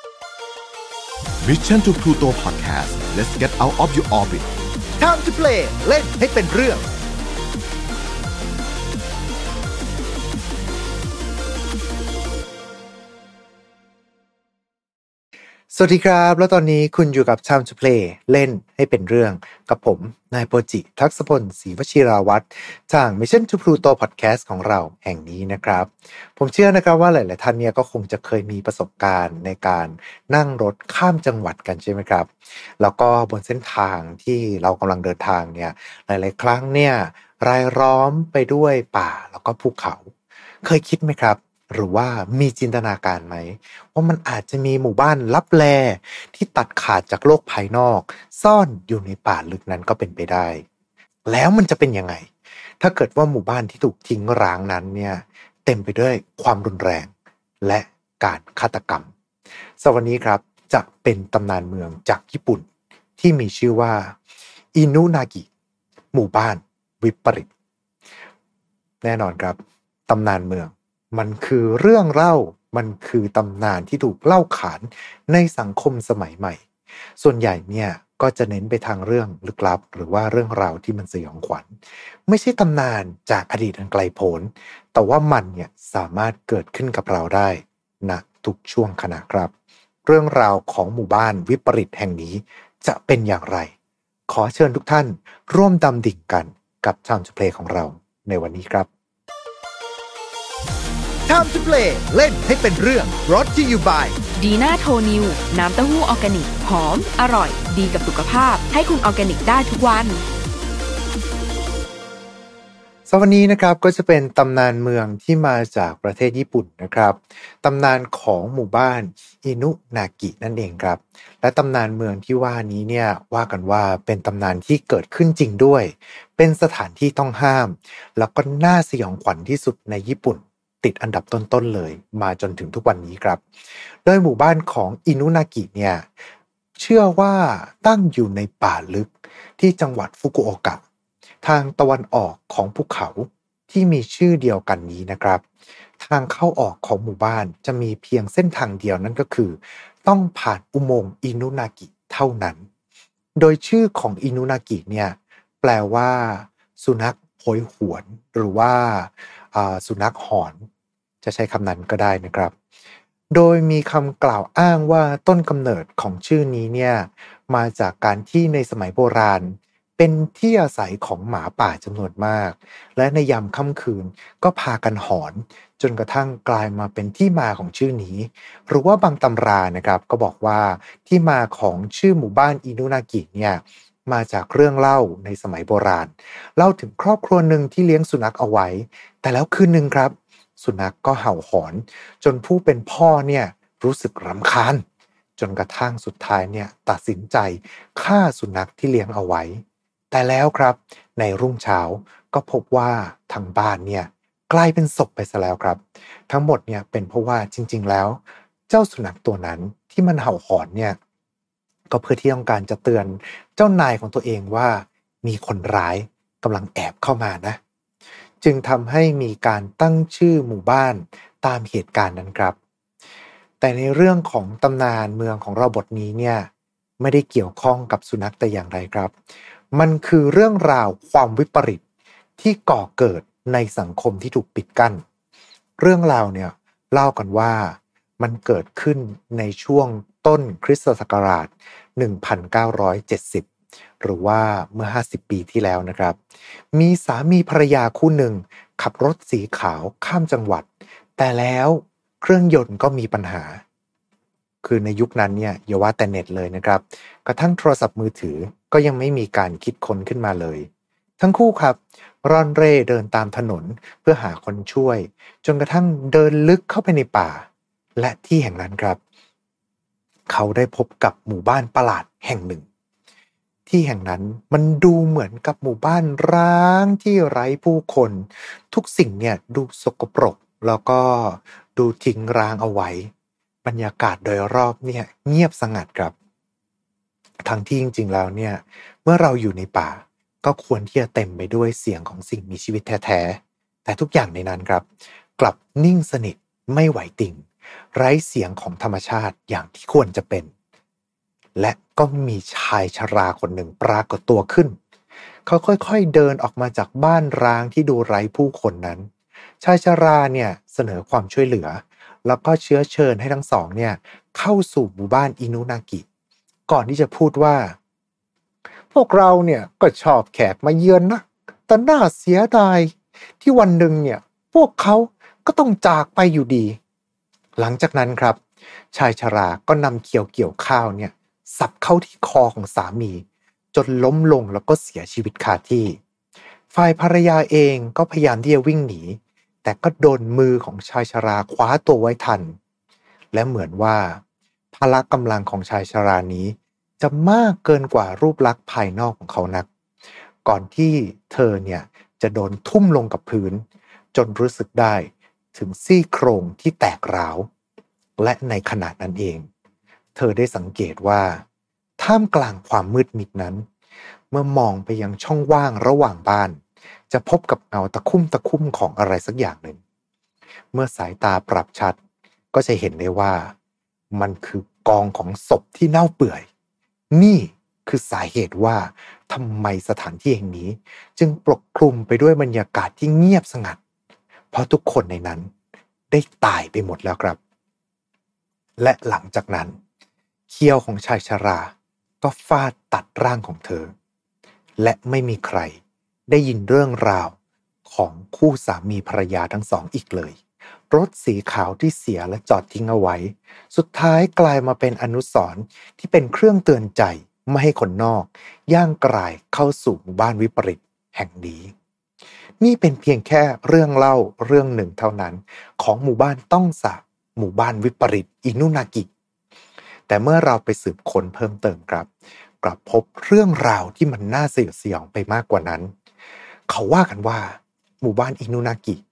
Mission to Pluto Podcast let's get out of your orbit Time to play เล่นให้เป็นเรื่องสวัสดีครับแล้วตอนนี้คุณอยู่กับ Time to Play เล่นให้เป็นเรื่องกับผมนายโปรจิทักษพลศรีวชิราวัฒน์ทาง Mission to Pluto Podcast ของเราแห่งนี้นะครับผมเชื่อนะครับว่าหลายๆท่านเนี่ยก็คงจะเคยมีประสบการณ์ในการนั่งรถข้ามจังหวัดกันใช่ไหมครับแล้วก็บนเส้นทางที่เรากำลังเดินทางเนี่ยหลายๆครั้งเนี่ยรายล้อมไปด้วยป่าแล้วก็ภูเขาเคยคิดไหมครับหรือว่ามีจินตนาการไหมว่ามันอาจจะมีหมู่บ้านลับแลที่ตัดขาดจากโลกภายนอกซ่อนอยู่ในป่าลึกนั้นก็เป็นไปได้แล้วมันจะเป็นยังไงถ้าเกิดว่าหมู่บ้านที่ถูกทิ้งร้างนั้นเนี่ยเต็มไปด้วยความรุนแรงและการฆาตกรรมวันนี้ครับจะเป็นตำนานเมืองจากญี่ปุ่นที่มีชื่อว่าอินุนากิหมู่บ้านวิปริตแน่นอนครับตำนานเมืองมันคือเรื่องเล่ามันคือตำนานที่ถูกเล่าขานในสังคมสมัยใหม่ส่วนใหญ่เนี่ยก็จะเน้นไปทางเรื่องลึกลับหรือว่าเรื่องราวที่มันสยองขวัญไม่ใช่ตำนานจากอดีตอันไกลโพ้นแต่ว่ามันเนี่ยสามารถเกิดขึ้นกับเราได้ณทุกช่วงขณะครับเรื่องราวของหมู่บ้านวิปริตแห่งนี้จะเป็นอย่างไรขอเชิญทุกท่านร่วมดำดิ่งกันกับ Time to Play ของเราในวันนี้ครับ Time to play เล่นให้เป็นเรื่อง brought to you by ดีน่าโทนิวน้ำเต้าหู้ออร์แกนิกหอมอร่อยดีกับสุขภาพให้คุณออร์แกนิกได้ทุกวันวันนี้นะครับก็จะเป็นตำนานเมืองที่มาจากประเทศญี่ปุ่นนะครับตำนานของหมู่บ้านอินุนากินั่นเองครับและตำนานเมืองที่ว่านี้เนี่ยว่ากันว่าเป็นตำนานที่เกิดขึ้นจริงด้วยเป็นสถานที่ต้องห้ามแล้วก็น่าสยองขวัญที่สุดในญี่ปุ่นติดอันดับต้นๆเลยมาจนถึงทุกวันนี้ครับโดยหมู่บ้านของอินุนากิเนี่ยเชื่อว่าตั้งอยู่ในป่าลึกที่จังหวัดฟุกุโอกะทางตะวันออกของภูเขาที่มีชื่อเดียวกันนี้นะครับทางเข้าออกของหมู่บ้านจะมีเพียงเส้นทางเดียวนั่นก็คือต้องผ่านอุโมงค์อินุนากิเท่านั้นโดยชื่อของอินุนากิเนี่ยแปลว่าสุนัขโหยหวนหรือว่าสุนัขหอนจะใช้คำนั้นก็ได้นะครับโดยมีคำกล่าวอ้างว่าต้นกำเนิดของชื่อนี้เนี่ยมาจากการที่ในสมัยโบราณเป็นที่อาศัยของหมาป่าจำนวนมากและในยามค่ำคืนก็พากันหอนจนกระทั่งกลายมาเป็นที่มาของชื่อนี้หรือว่าบางตำรานะครับก็บอกว่าที่มาของชื่อหมู่บ้านอินุนากิเนี่ยมาจากเรื่องเล่าในสมัยโบราณเล่าถึงครอบครัวหนึ่งที่เลี้ยงสุนัขเอาไว้แต่แล้วคืนหนึ่งครับสุนัขก็เห่าหอนจนผู้เป็นพ่อเนี่ยรู้สึกรำคาญจนกระทั่งสุดท้ายเนี่ยตัดสินใจฆ่าสุนัขที่เลี้ยงเอาไว้แต่แล้วครับในรุ่งเช้าก็พบว่าทางบ้านเนี่ยกลายเป็นศพไปซะแล้วครับทั้งหมดเนี่ยเป็นเพราะว่าจริงๆแล้วเจ้าสุนัขตัวนั้นที่มันเห่าหอนเนี่ยก็เพื่อที่ต้องการจะเตือนเจ้านายของตัวเองว่ามีคนร้ายกำลังแอบเข้ามานะจึงทำให้มีการตั้งชื่อหมู่บ้านตามเหตุการณ์นั้นครับแต่ในเรื่องของตำนานเมืองของเราบทนี้เนี่ยไม่ได้เกี่ยวข้องกับสุนัขแต่อย่างใดครับมันคือเรื่องราวความวิปริตที่ก่อเกิดในสังคมที่ถูกปิดกั้นเรื่องราวเนี่ยเล่ากันว่ามันเกิดขึ้นในช่วงต้นคริสตศักราช 1970 หรือว่าเมื่อ50 ปีที่แล้วนะครับมีสามีภรรยาคู่หนึ่งขับรถสีขาวข้ามจังหวัดแต่แล้วเครื่องยนต์ก็มีปัญหาคือในยุคนั้นเนี่ยอย่าว่าแต่เน็ตเลยนะครับกระทั่งโทรศัพท์มือถือก็ยังไม่มีการคิดค้นขึ้นมาเลยทั้งคู่ครับร่อนเร่เดินตามถนนเพื่อหาคนช่วยจนกระทั่งเดินลึกเข้าไปในป่าและที่แห่งนั้นครับเขาได้พบกับหมู่บ้านประหลาดแห่งหนึ่งที่แห่งนั้นมันดูเหมือนกับหมู่บ้านร้างที่ไร้ผู้คนทุกสิ่งเนี่ยดูสกปรกแล้วก็ดูทิ้งร้างเอาไว้บรรยากาศโดยรอบเนี่ยเงียบสงัดครับทั้งที่จริงๆแล้วเนี่ยเมื่อเราอยู่ในป่าก็ควรที่จะเต็มไปด้วยเสียงของสิ่งมีชีวิตแท้ๆแต่ทุกอย่างในนั้นครับกลับนิ่งสนิทไม่ไหวติ่งไร้เสียงของธรรมชาติอย่างที่ควรจะเป็นและก็มีชายชราคนหนึ่งปรากฏตัวขึ้นเขาค่อยๆเดินออกมาจากบ้านร้างที่ดูไร้ผู้คนนั้นชายชราเนี่ยเสนอความช่วยเหลือแล้วก็เชื้อเชิญให้ทั้งสองเนี่ยเข้าสู่หมู่บ้านอินุนากิก่อนที่จะพูดว่าพวกเราเนี่ยก็ชอบแขกมาเยือนนะแต่น่าเสียดายที่วันหนึ่งเนี่ยพวกเขาก็ต้องจากไปอยู่ดีหลังจากนั้นครับชายชราก็นำเขียวเกี่ยวข้าวเนี่ยสับเข้าที่คอของสามีจนล้มลงแล้วก็เสียชีวิตคาที่ฝ่ายภรรยาเองก็พยายามที่จะวิ่งหนีแต่ก็โดนมือของชายชราคว้าตัวไว้ทันและเหมือนว่าพละกำลังของชายชรานี้จะมากเกินกว่ารูปลักษณ์ภายนอกของเขานักก่อนที่เธอเนี่ยจะโดนทุ่มลงกับพื้นจนรู้สึกได้ถึงซี่โครงที่แตกร้าวและในขณะนั้นเองเธอได้สังเกตว่าท่ามกลางความมืดมิดนั้นเมื่อมองไปยังช่องว่างระหว่างบ้านจะพบกับเงาตะคุ่มของอะไรสักอย่างหนึ่งเมื่อสายตาปรับชัดก็จะเห็นได้ว่ามันคือกองของศพที่เน่าเปื่อยนี่คือสาเหตุว่าทำไมสถานที่แห่งนี้จึงปกคลุมไปด้วยบรรยากาศที่เงียบสงัดเพราะทุกคนในนั้นได้ตายไปหมดแล้วครับและหลังจากนั้นเขี้ยวของชายชราก็ฟาดตัดร่างของเธอและไม่มีใครได้ยินเรื่องราวของคู่สามีภรรยาทั้งสองอีกเลยรถสีขาวที่เสียและจอดทิ้งเอาไว้สุดท้ายกลายมาเป็นอนุสรณ์ที่เป็นเครื่องเตือนใจไม่ให้คนนอกย่างกรายเข้าสู่หมู่บ้านวิปริตแห่งนี้นี่เป็นเพียงแค่เรื่องเล่าเรื่องหนึ่งเท่านั้นของหมู่บ้านต้องสาบหมู่บ้านวิปริตอินุนากิแต่เมื่อเราไปสืบค้นเพิ่มเติมครับกลับพบเรื่องราวที่มันน่าสยดสยองไปมากกว่านั้นเขาว่ากันว่าหมู่บ้านอินุนากิ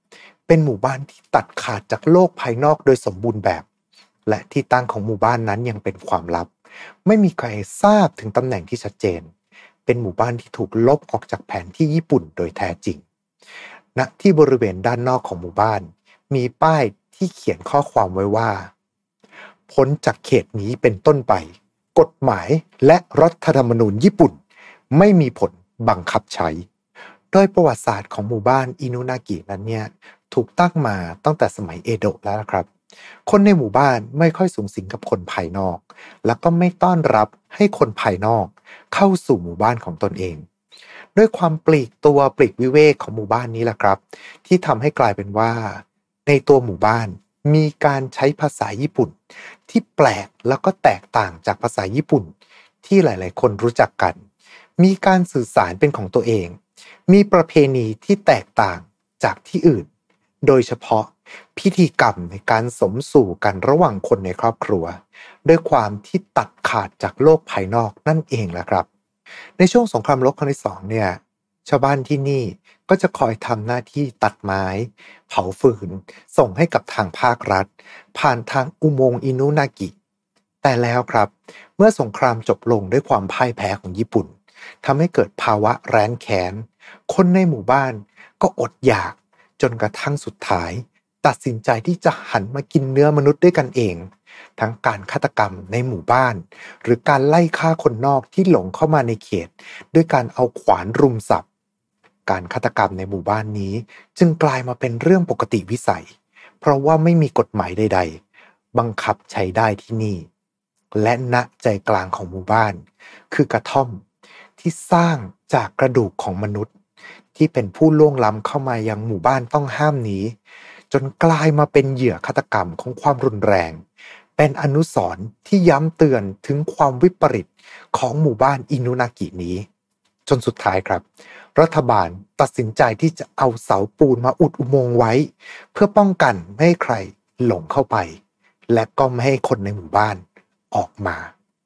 เป็นหมู่บ้านที่ตัดขาดจากโลกภายนอกโดยสมบูรณ์แบบและที่ตั้งของหมู่บ้านนั้นยังเป็นความลับไม่มีใครทราบถึงตำแหน่งที่ชัดเจนเป็นหมู่บ้านที่ถูกลบออกจากแผนที่ญี่ปุ่นโดยแท้จริงณที่บริเวณด้านนอกของหมู่บ้านมีป้ายที่เขียนข้อความไว้ว่าพ้นจากเขตนี้เป็นต้นไปกฎหมายและรัฐธรรมนูญญี่ปุ่นไม่มีผลบังคับใช้โดยประวัติศาสตร์ของหมู่บ้านอินุนากินั้นเนี่ยถูกตั้งมาตั้งแต่สมัยเอโดะแล้วนะครับคนในหมู่บ้านไม่ค่อยสุงสิงกับคนภายนอกแล้วก็ไม่ต้อนรับให้คนภายนอกเข้าสู่หมู่บ้านของตนเองด้วยความปลีกตัวปลีกวิเวกของหมู่บ้านนี้แหละครับที่ทำให้กลายเป็นว่าในตัวหมู่บ้านมีการใช้ภาษาญี่ปุ่นที่แปลกแล้วก็แตกต่างจากภาษาญี่ปุ่นที่หลายๆคนรู้จักกันมีการสื่อสารเป็นของตัวเองมีประเพณีที่แตกต่างจากที่อื่นโดยเฉพาะพิธีกรรมในการสมสู่กันระหว่างคนในครอบครัวด้วยความที่ตัดขาดจากโลกภายนอกนั่นเองแหละครับในช่วงสงครามโลกครั้งที่2เนี่ยชาวบ้านที่นี่ก็จะคอยทำหน้าที่ตัดไม้เผาฟืนส่งให้กับทางภาครัฐผ่านทางอุโมงค์อินุนากิแต่แล้วครับเมื่อสงครามจบลงด้วยความพ่ายแพ้ของญี่ปุ่นทำให้เกิดภาวะแร้นแค้นคนในหมู่บ้านก็อดอยากจนกระทั่งสุดท้ายตัดสินใจที่จะหันมากินเนื้อมนุษย์ด้วยกันเองทั้งการฆาตกรรมในหมู่บ้านหรือการไล่ฆ่าคนนอกที่หลงเข้ามาในเขตด้วยการเอาขวานรุมสับการฆาตกรรมในหมู่บ้านนี้จึงกลายมาเป็นเรื่องปกติวิสัยเพราะว่าไม่มีกฎหมายใดๆบังคับใช้ได้ที่นี่และณใจกลางของหมู่บ้านคือกระท่อมที่สร้างจากกระดูกของมนุษย์ที่เป็นผู้ล่วงล้ำเข้ามายังหมู่บ้านต้องห้ามนี้จนกลายมาเป็นเหยื่อฆาตกรรมของความรุนแรงเป็นอนุสรณ์ที่ย้ำเตือนถึงความวิปริตของหมู่บ้านอินุนากินี้จนสุดท้ายครับรัฐบาลตัดสินใจที่จะเอาเสาปูนมาอุดอุโมงค์ไว้เพื่อป้องกันไม่ให้ใครหลงเข้าไปและก็ไม่ให้คนในหมู่บ้านออกมา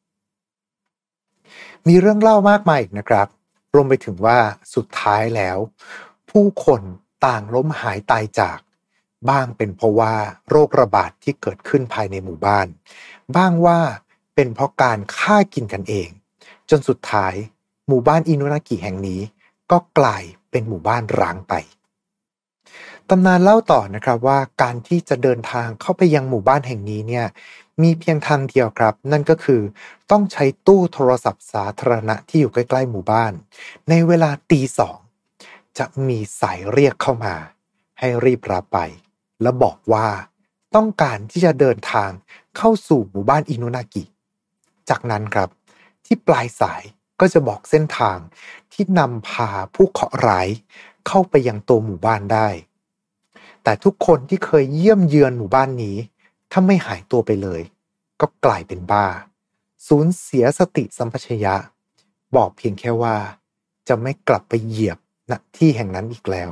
มีเรื่องเล่ามากมายอีกนะครับรวมไปถึงว่าสุดท้ายแล้วผู้คนต่างล้มหายตายจากบ้างเป็นเพราะว่าโรคระบาดที่เกิดขึ้นภายในหมู่บ้านบ้างว่าเป็นเพราะการฆ่ากินกันเองจนสุดท้ายหมู่บ้านอินุนากิแห่งนี้ก็กลายเป็นหมู่บ้านร้างไปตำนานเล่าต่อนะครับว่าการที่จะเดินทางเข้าไปยังหมู่บ้านแห่งนี้เนี่ยมีเพียงทางเดียวครับนั่นก็คือต้องใช้ตู้โทรศัพท์สาธารณะที่อยู่ใกล้ๆหมู่บ้านในเวลา 2:00 จะมีสายเรียกเข้ามาให้รีบรับไปและบอกว่าต้องการที่จะเดินทางเข้าสู่หมู่บ้านอินุนากิจากนั้นครับที่ปลายสายก็จะบอกเส้นทางที่นำพาผู้เคราะห์ร้ายเข้าไปยังตัวหมู่บ้านได้แต่ทุกคนที่เคยเยี่ยมเยือนหมู่บ้านนี้ถ้าไม่หายตัวไปเลยก็กลายเป็นบ้าสูญเสียสติสัมปชัญญะบอกเพียงแค่ว่าจะไม่กลับไปเหยียบณที่แห่งนั้นอีกแล้ว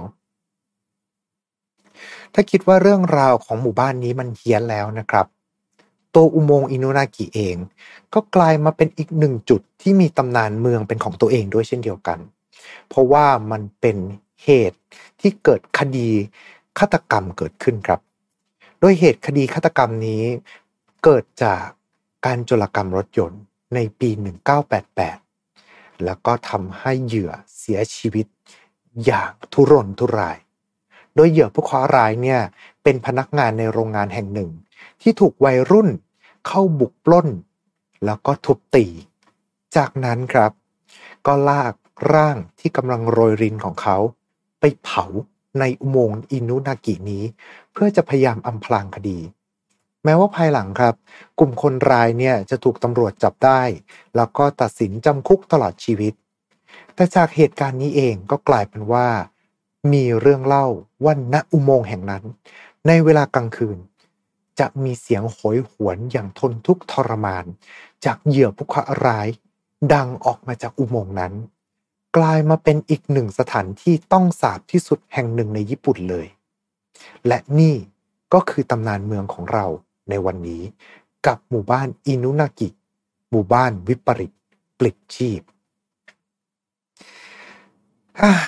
ถ้าคิดว่าเรื่องราวของหมู่บ้านนี้มันเฮี้ยนแล้วนะครับตัวอุโมงค์อินุนากิเองก็กลายมาเป็นอีกหนึ่งจุดที่มีตำนานเมืองเป็นของตัวเองด้วยเช่นเดียวกันเพราะว่ามันเป็นเหตุที่เกิดคดีฆาตกรรมเกิดขึ้นครับโดยเหตุคดีฆาตกรรมนี้เกิดจากการโจรกรรมรถยนต์ในปี 1988 แล้วก็ทำให้เหยื่อเสียชีวิตอย่างทุรนทุรายโดยเหยื่อผู้เคราะห์ร้ายเนี่ยเป็นพนักงานในโรงงานแห่งหนึ่งที่ถูกวัยรุ่นเข้าบุกปล้นแล้วก็ทุบตีจากนั้นครับก็ลากร่างที่กำลังโรยรินของเขาไปเผาในอุโมงค์อินุนากินี้เพื่อจะพยายามอำพรางคดีแม้ว่าภายหลังครับกลุ่มคนร้ายเนี่ยจะถูกตำรวจจับได้แล้วก็ตัดสินจำคุกตลอดชีวิตแต่จากเหตุการณ์นี้เองก็กลายเป็นว่ามีเรื่องเล่าว่าณอุโมงค์แห่งนั้นในเวลากลางคืนจะมีเสียงโหยหวนอย่างทนทุกข์ทรมานจากเหยื่อผู้เคราะห์ร้ายดังออกมาจากอุโมงค์นั้นกลายมาเป็นอีกหนึ่งสถานที่ต้องสาปที่สุดแห่งหนึ่งในญี่ปุ่นเลยและนี่ก็คือตำนานเมืองของเราในวันนี้กับหมู่บ้านอินุนากิหมู่บ้านวิปริตปลิดชีพ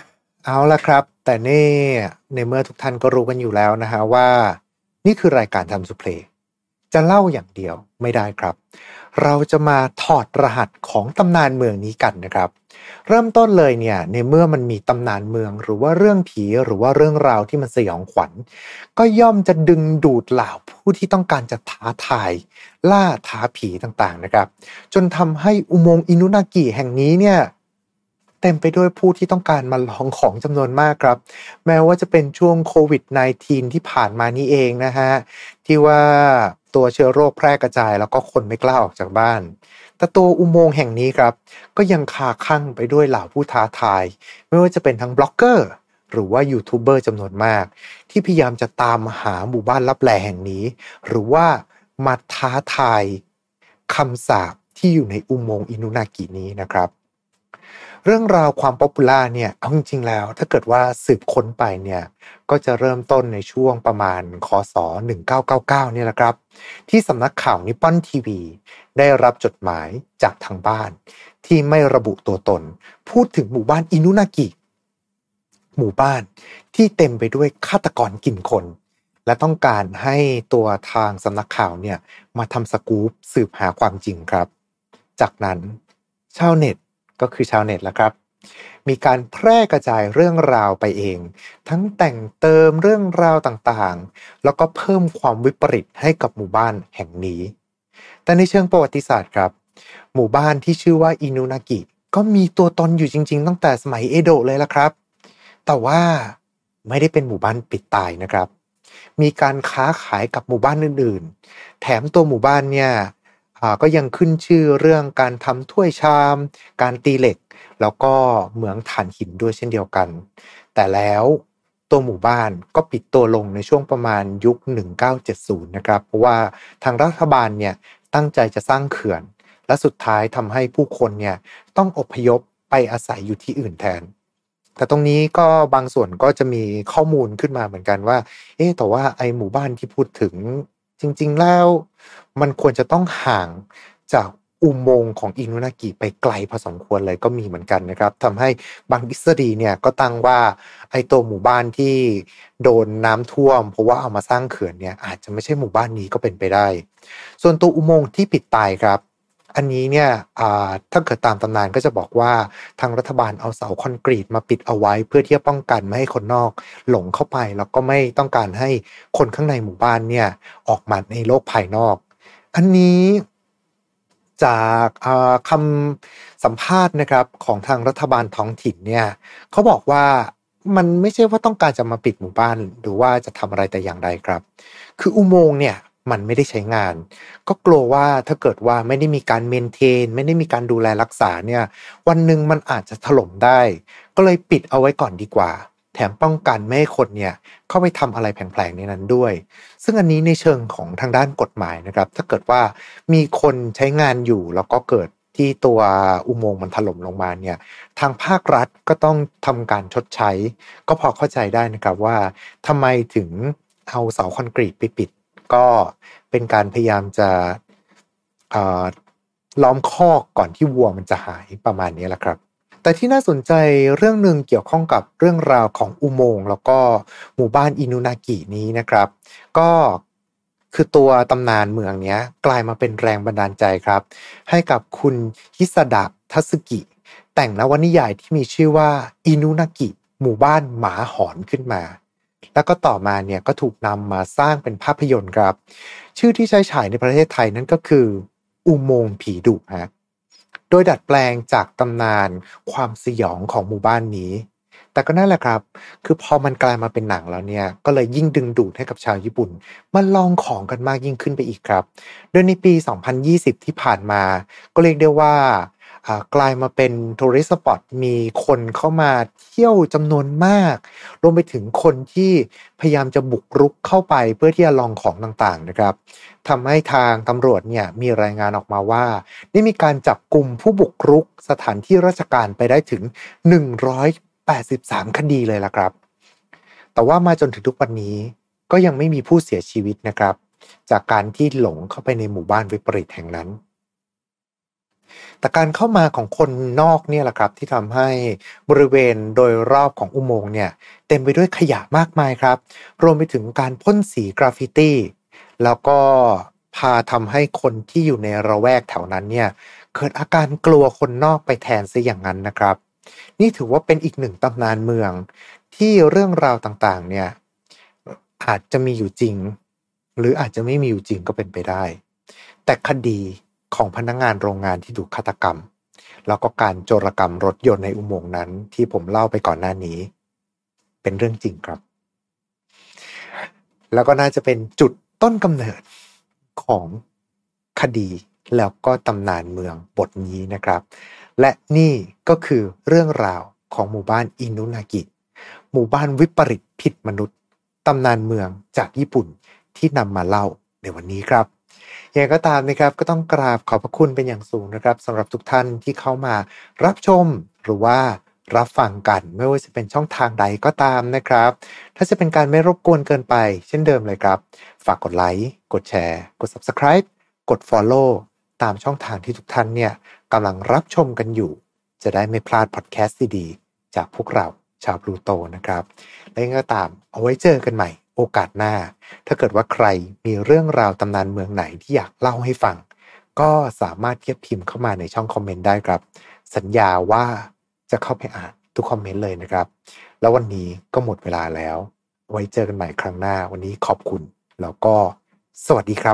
เอาละครับแต่นี่ในเมื่อทุกท่านก็รู้กันอยู่แล้วนะฮะว่านี่คือรายการ Time to Play จะเล่าอย่างเดียวไม่ได้ครับเราจะมาถอดรหัสของตำนานเมืองนี้กันนะครับเริ่มต้นเลยเนี่ยในเมื่อมันมีตำนานเมืองหรือว่าเรื่องผีหรือว่าเรื่องราวที่มันสยองขวัญก็ย่อมจะดึงดูดเหล่าผู้ที่ต้องการจะท้าทายล่าท้าผีต่างๆนะครับจนทำให้อุโมงค์อินุนากิแห่งนี้เนี่ยเต็มไปด้วยผู้ที่ต้องการมาลองของจำนวนมากครับแม้ว่าจะเป็นช่วงโควิด -19 ที่ผ่านมานี่เองนะฮะที่ว่าตัวเชื้อโรคแพร่กระจายแล้วก็คนไม่กล้าออกจากบ้านแต่ตัวอุโมงค์แห่งนี้ครับก็ยังคาคลั่งไปด้วยเหล่าผู้ท้าทายไม่ว่าจะเป็นทั้งบล็อกเกอร์หรือว่ายูทูบเบอร์จำนวนมากที่พยายามจะตามหาหมู่บ้านลับแลแห่งนี้หรือว่ามาท้าทายคำสาปที่อยู่ในอุโมงค์อินุนากินี้นะครับเรื่องราวความป๊อปปูล่าเนี่ยเอาจริงๆแล้วถ้าเกิดว่าสืบค้นไปเนี่ยก็จะเริ่มต้นในช่วงประมาณคศ1999เนี่ยแหละครับที่สำนักข่าวนิปปอนทีวีได้รับจดหมายจากทางบ้านที่ไม่ระบุตัวตนพูดถึงหมู่บ้านอินุนากิหมู่บ้านที่เต็มไปด้วยฆาตกรกินคนและต้องการให้ตัวทางสำนักข่าวเนี่ยมาทำสกู๊ปสืบหาความจริงครับจากนั้นชาวเน็ตก็คือชาวเน็ตละครับมีการแพร่กระจายเรื่องราวไปเองทั้งแต่งเติมเรื่องราวต่างๆแล้วก็เพิ่มความวิปริตให้กับหมู่บ้านแห่งนี้แต่ในเชิงประวัติศาสตร์ครับหมู่บ้านที่ชื่อว่าอินุนากิก็มีตัวตนอยู่จริงๆตั้งแต่สมัยเอโดะเลยละครับแต่ว่าไม่ได้เป็นหมู่บ้านปิดตายนะครับมีการค้าขายกับหมู่บ้านอื่นๆแถมตัวหมู่บ้านเนี่ยก็ยังขึ้นชื่อเรื่องการทำถ้วยชามการตีเหล็กแล้วก็เหมืองถ่านหินด้วยเช่นเดียวกันแต่แล้วตัวหมู่บ้านก็ปิดตัวลงในช่วงประมาณยุค1970นะครับเพราะว่าทางรัฐบาลเนี่ยตั้งใจจะสร้างเขื่อนและสุดท้ายทำให้ผู้คนเนี่ยต้องอพยพไปอาศัยอยู่ที่อื่นแทนแต่ตรงนี้ก็บางส่วนก็จะมีข้อมูลขึ้นมาเหมือนกันว่าแต่ว่าไอ้หมู่บ้านที่พูดถึงจริงๆแล้วมันควรจะต้องห่างจากอุโมงค์ของอินุนากิไปไกลพอสมควรเลยก็มีเหมือนกันนะครับทำให้บางทฤษฎีเนี่ยก็ตั้งว่าไอ้ตัวหมู่บ้านที่โดนน้ำท่วมเพราะว่าเอามาสร้างเขื่อนเนี่ยอาจจะไม่ใช่หมู่บ้านนี้ก็เป็นไปได้ส่วนตัวอุโมงค์ที่ปิดตายครับอันนี้เนี่ยถ้าเกิดตามตำนานก็จะบอกว่าทางรัฐบาลเอาเสาคอนกรีตมาปิดเอาไว้เพื่อที่จะป้องกันไม่ให้คนนอกหลงเข้าไปแล้วก็ไม่ต้องการให้คนข้างในหมู่บ้านเนี่ยออกมาในโลกภายนอกอันนี้จากคำสัมภาษณ์นะครับของทางรัฐบาลท้องถิ่นเนี่ยเขาบอกว่ามันไม่ใช่ว่าต้องการจะมาปิดหมู่บ้านหรือว่าจะทำอะไรแต่อย่างใดครับคืออุโมงค์เนี่ยมันไม่ได้ใช้งานก็กลัวว่าถ้าเกิดว่าไม่ได้มีการเมนเทนไม่ได้มีการดูแลรักษาเนี่ยวันหนึ่งมันอาจจะถล่มได้ก็เลยปิดเอาไว้ก่อนดีกว่าแถมป้องกันไม่ให้คนเนี่ยเข้าไปทำอะไรแผลงๆในนั้นด้วยซึ่งอันนี้ในเชิงของทางด้านกฎหมายนะครับถ้าเกิดว่ามีคนใช้งานอยู่แล้วก็เกิดที่ตัวอุโมงค์มันถล่มลงมาเนี่ยทางภาครัฐก็ต้องทำการชดใช้ก็พอเข้าใจได้นะครับว่าทำไมถึงเอาเสาคอนกรีตไปปิดก็เป็นการพยายามจะล้อมคอกก่อนที่วัวมันจะหายประมาณนี้แหละครับแต่ที่น่าสนใจเรื่องนึงเกี่ยวข้องกับเรื่องราวของอุโมงค์แล้วก็หมู่บ้านอินุนากินี้นะครับก็คือตัวตำนานเมืองนี้กลายมาเป็นแรงบันดาลใจครับให้กับคุณฮิซาดะทัสึกิแต่งนวนิยายที่มีชื่อว่าอินุนากิหมู่บ้านหมาหอนขึ้นมาแล้วก็ต่อมาเนี่ยก็ถูกนำมาสร้างเป็นภาพยนตร์ครับชื่อที่ใช้ฉายในประเทศไทยนั่นก็คืออุโมงค์ผีดุฮะโดยดัดแปลงจากตำนานความสยองของหมู่บ้านนี้แต่ก็นั่นแหละครับคือพอมันกลายมาเป็นหนังแล้วเนี่ยก็เลยยิ่งดึงดูดให้กับชาวญี่ปุ่นมาลองของกันมากยิ่งขึ้นไปอีกครับโดยในปี2020ที่ผ่านมาก็เรียกได้ว่ากลายมาเป็นทัวริสต์สปอตมีคนเข้ามาเที่ยวจำนวนมากรวมไปถึงคนที่พยายามจะบุกรุกเข้าไปเพื่อที่จะลองของต่างๆนะครับทำให้ทางตำรวจเนี่ยมีรายงานออกมาว่าได้มีการจับกลุ่มผู้บุกรุกสถานที่ราชการไปได้ถึง183คดีเลยล่ะครับแต่ว่ามาจนถึงทุกวันนี้ก็ยังไม่มีผู้เสียชีวิตนะครับจากการที่หลงเข้าไปในหมู่บ้านวิปริตแห่งนั้นแต่การเข้ามาของคนนอกเนี่ยแหละครับที่ทำให้บริเวณโดยรอบของอุโมงค์เนี่ยเต็มไปด้วยขยะมากมายครับรวมไปถึงการพ่นสีกราฟฟิตี้แล้วก็พาทำให้คนที่อยู่ในระแวกแถวนั้นเนี่ยเกิดอาการกลัวคนนอกไปแทนซะอย่างนั้นนะครับนี่ถือว่าเป็นอีกหนึ่งตำนานเมืองที่เรื่องราวต่างๆเนี่ยอาจจะมีอยู่จริงหรืออาจจะไม่มีอยู่จริงก็เป็นไปได้แต่คดีของพนักงานโรงงานที่ถูกฆาตกรรมแล้วก็การโจรกรรมรถยนต์ในอุโมงค์นั้นที่ผมเล่าไปก่อนหน้านี้เป็นเรื่องจริงครับแล้วก็น่าจะเป็นจุดต้นกำเนิดของคดีแล้วก็ตำนานเมืองบทนี้นะครับและนี่ก็คือเรื่องราวของหมู่บ้านอินุนากิหมู่บ้านวิปริตผิดมนุษย์ตำนานเมืองจากญี่ปุ่นที่นำมาเล่าในวันนี้ครับอย่างไรก็ตามนะครับก็ต้องกราบขอบพระคุณเป็นอย่างสูงนะครับสำหรับทุกท่านที่เข้ามารับชมหรือว่ารับฟังกันไม่ว่าจะเป็นช่องทางใดก็ตามนะครับถ้าจะเป็นการไม่รบกวนเกินไปเช่นเดิมเลยครับฝากกดไลค์กดแชร์กด Subscribe กด Follow ตามช่องทางที่ทุกท่านเนี่ยกำลังรับชมกันอยู่จะได้ไม่พลาดพอดแคสต์ดีๆจากพวกเราชาวพลูโตนะครับและยังไงก็ตามเอาไว้เจอกันใหม่โอกาสหน้าถ้าเกิดว่าใครมีเรื่องราวตำนานเมืองไหนที่อยากเล่าให้ฟังก็สามารถเทียบพิมพ์เข้ามาในช่องคอมเมนต์ได้ครับสัญญาว่าจะเข้าไปอ่านทุกคอมเมนต์เลยนะครับแล้ววันนี้ก็หมดเวลาแล้วไว้เจอกันใหม่ครั้งหน้าวันนี้ขอบคุณแล้วก็สวัสดีครับ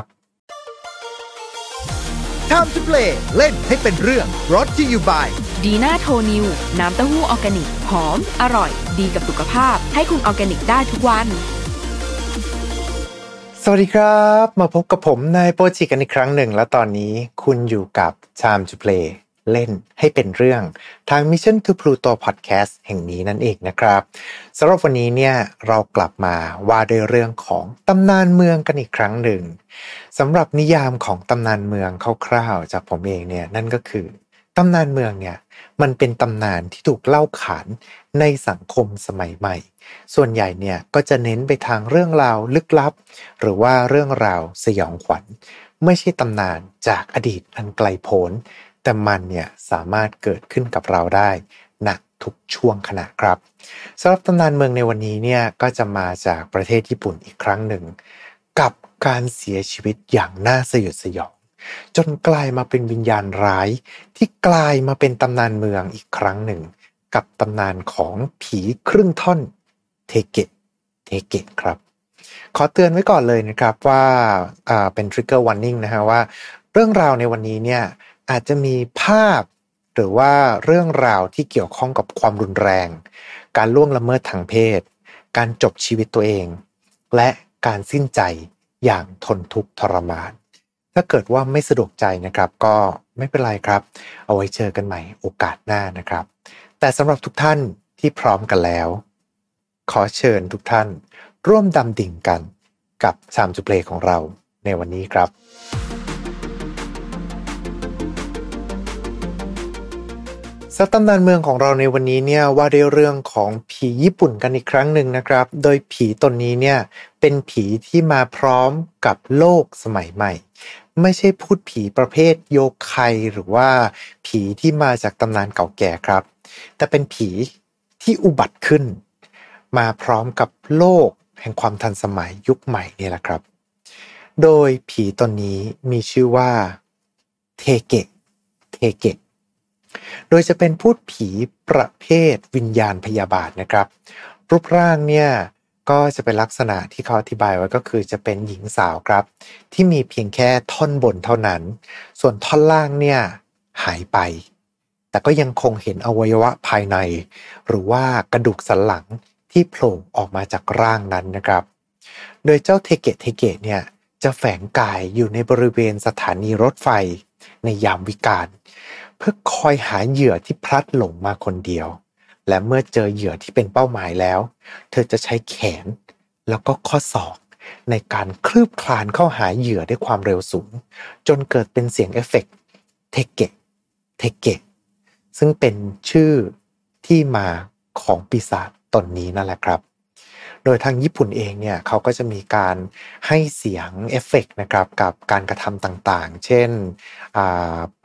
Time to play เล่นให้เป็นเรื่อง brought to you by ดีน่าโทนิวน้ำเต้าหู้ออร์แกนิกหอมอร่อยดีกับสุขภาพให้คุณออร์แกนิกได้ทุกวันสวัสดีครับมาพบกับผมนายโปรจิกันอีกครั้งหนึ่งและตอนนี้คุณอยู่กับ Time to Play เล่นให้เป็นเรื่องทาง Mission to Pluto Podcast แห่งนี้นั่นเองนะครับสำหรับวันนี้เนี่ยเรากลับมาว่าด้วยเรื่องของตำนานเมืองกันอีกครั้งหนึ่งสำหรับนิยามของตำนานเมืองคร่าวๆจากผมเองเนี่ยนั่นก็คือตำนานเมืองเนี่ยมันเป็นตำนานที่ถูกเล่าขานในสังคมสมัยใหม่ส่วนใหญ่เนี่ยก็จะเน้นไปทางเรื่องราวลึกลับหรือว่าเรื่องราวสยองขวัญไม่ใช่ตำนานจากอดีตอันไกลโพ้นแต่มันเนี่ยสามารถเกิดขึ้นกับเราได้ณทุกช่วงขณะครับสำหรับตำนานเมืองในวันนี้เนี่ยก็จะมาจากประเทศญี่ปุ่นอีกครั้งหนึ่งกับการเสียชีวิตอย่างน่าสยดสยองจนกลายมาเป็นวิญญาณร้ายที่กลายมาเป็นตำนานเมืองอีกครั้งหนึ่งกับตำนานของผีครึ่งท่อนเทเกะครับขอเตือนไว้ก่อนเลยนะครับว่าเป็น trigger warning นะฮะว่าเรื่องราวในวันนี้เนี่ยอาจจะมีภาพหรือว่าเรื่องราวที่เกี่ยวข้องกับความรุนแรงการล่วงละเมิดทางเพศการจบชีวิตตัวเองและการสิ้นใจอย่างทนทุกข์ทรมานถ้าเกิดว่าไม่สะดวกใจนะครับก็ไม่เป็นไรครับเอาไว้เจอกันใหม่โอกาสหน้านะครับแต่สำหรับทุกท่านที่พร้อมกันแล้วขอเชิญทุกท่านร่วมดำดิ่งกันกับ Time to Play ของเราในวันนี้ครับตำนานเมืองของเราในวันนี้เนี่ยว่าด้วยเรื่องของผีญี่ปุ่นกันอีกครั้งหนึ่งนะครับโดยผีตนนี้เนี่ยเป็นผีที่มาพร้อมกับโลกสมัยใหม่ไม่ใช่พูดผีประเภทโยไคหรือว่าผีที่มาจากตำนานเก่าแก่ครับแต่เป็นผีที่อุบัติขึ้นมาพร้อมกับโลกแห่งความทันสมัยยุคใหม่นี่แหละครับโดยผีตนนี้มีชื่อว่าเทเกะโดยจะเป็นพูดผีประเภทวิญญาณพยาบาทนะครับรูปร่างเนี่ยก็จะเป็นลักษณะที่เขาอธิบายไว้ก็คือจะเป็นหญิงสาวครับที่มีเพียงแค่ท่อนบนเท่านั้นส่วนท่อนล่างเนี่ยหายไปแต่ก็ยังคงเห็นอวัยวะภายในหรือว่ากระดูกสันหลังที่โผล่ออกมาจากร่างนั้นนะครับโดยเจ้าเทเกะเนี่ยจะแฝงกายอยู่ในบริเวณสถานีรถไฟในยามวิกาลเพื่อคอยหาเหยื่อที่พลัดหลงมาคนเดียวและเมื่อเจอเหยื่อที่เป็นเป้าหมายแล้วเธอจะใช้แขนแล้วก็ข้อศอกในการคลืบคลานเข้าหาเหยื่อด้วยความเร็วสูงจนเกิดเป็นเสียงเอฟเฟกต์เทเกะซึ่งเป็นชื่อที่มาของปีศาจตนนี้นั่นแหละครับโดยทางญี่ปุ่นเองเนี่ยเขาก็จะมีการให้เสียงเอฟเฟกต์นะครับกับการกระทำต่างๆเช่น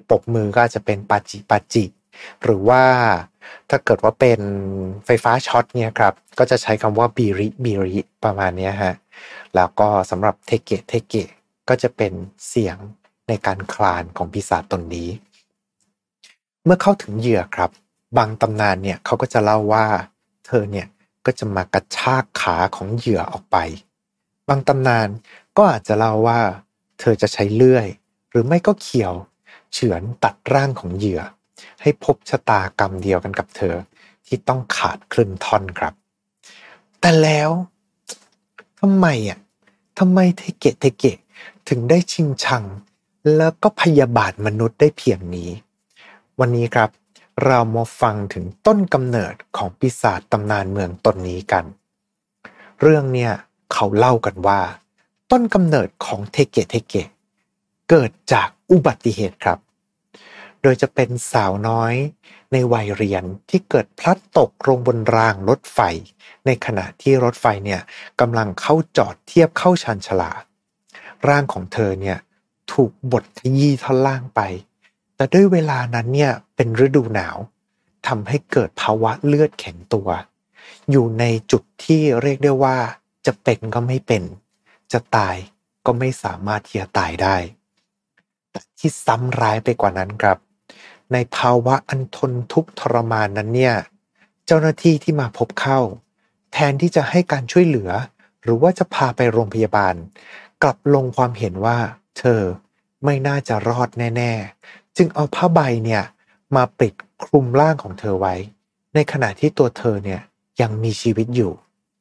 ปรบมือก็อาจจะเป็นปาจิปาจิหรือว่าถ้าเกิดว่าเป็นไฟฟ้าช็อตเนี่ยครับก็จะใช้คำว่าบิริบิริประมาณนี้ฮะแล้วก็สำหรับเทเกะเทเกะก็จะเป็นเสียงในการคลานของปีศาจตนนี้เมื่อเข้าถึงเหยื่อครับบางตำนานเนี่ยเขาก็จะเล่าว่าเธอเนี่ยก็จะมากระชากขาของเหยื่อออกไปบางตำนานก็อาจจะเล่าว่าเธอจะใช้เลื่อยหรือไม่ก็เขียวเฉือนตัดร่างของเหยื่อให้พบชะตากรรมเดียวกันกับเธอที่ต้องขาดครึ่งท่อนครับแต่แล้วทำไมเทเกะถึงได้ชิงชังแล้วก็พยาบาทมนุษย์ได้เพียงนี้วันนี้ครับเรามาฟังถึงต้นกำเนิดของปีศาจตำนานเมืองตนนี้กันเรื่องเนี่ยเขาเล่ากันว่าต้นกำเนิดของเทเกะเกิดจากอุบัติเหตุครับโดยจะเป็นสาวน้อยในวัยเรียนที่เกิดพลัดตกลงบนรางรถไฟในขณะที่รถไฟเนี่ยกำลังเข้าจอดเทียบเข้าชานชาลาร่างของเธอเนี่ยถูกบดขยี้ท่อนล่างไปแต่ด้วยเวลานั้นเนี่ยเป็นฤดูหนาวทำให้เกิดภาวะเลือดแข็งตัวอยู่ในจุดที่เรียกได้ว่าจะเป็นก็ไม่เป็นจะตายก็ไม่สามารถที่จะตายได้แต่ที่ซ้ำร้ายไปกว่านั้นครับในภาวะอันทนทุกข์ทรมานนั้นเนี่ยเจ้าหน้าที่ที่มาพบเข้าแทนที่จะให้การช่วยเหลือหรือว่าจะพาไปโรงพยาบาลกลับลงความเห็นว่าเธอไม่น่าจะรอดแน่ๆจึงเอาผ้าใบเนี่ยมาปิดคลุมร่างของเธอไว้ในขณะที่ตัวเธอเนี่ยยังมีชีวิตอยู่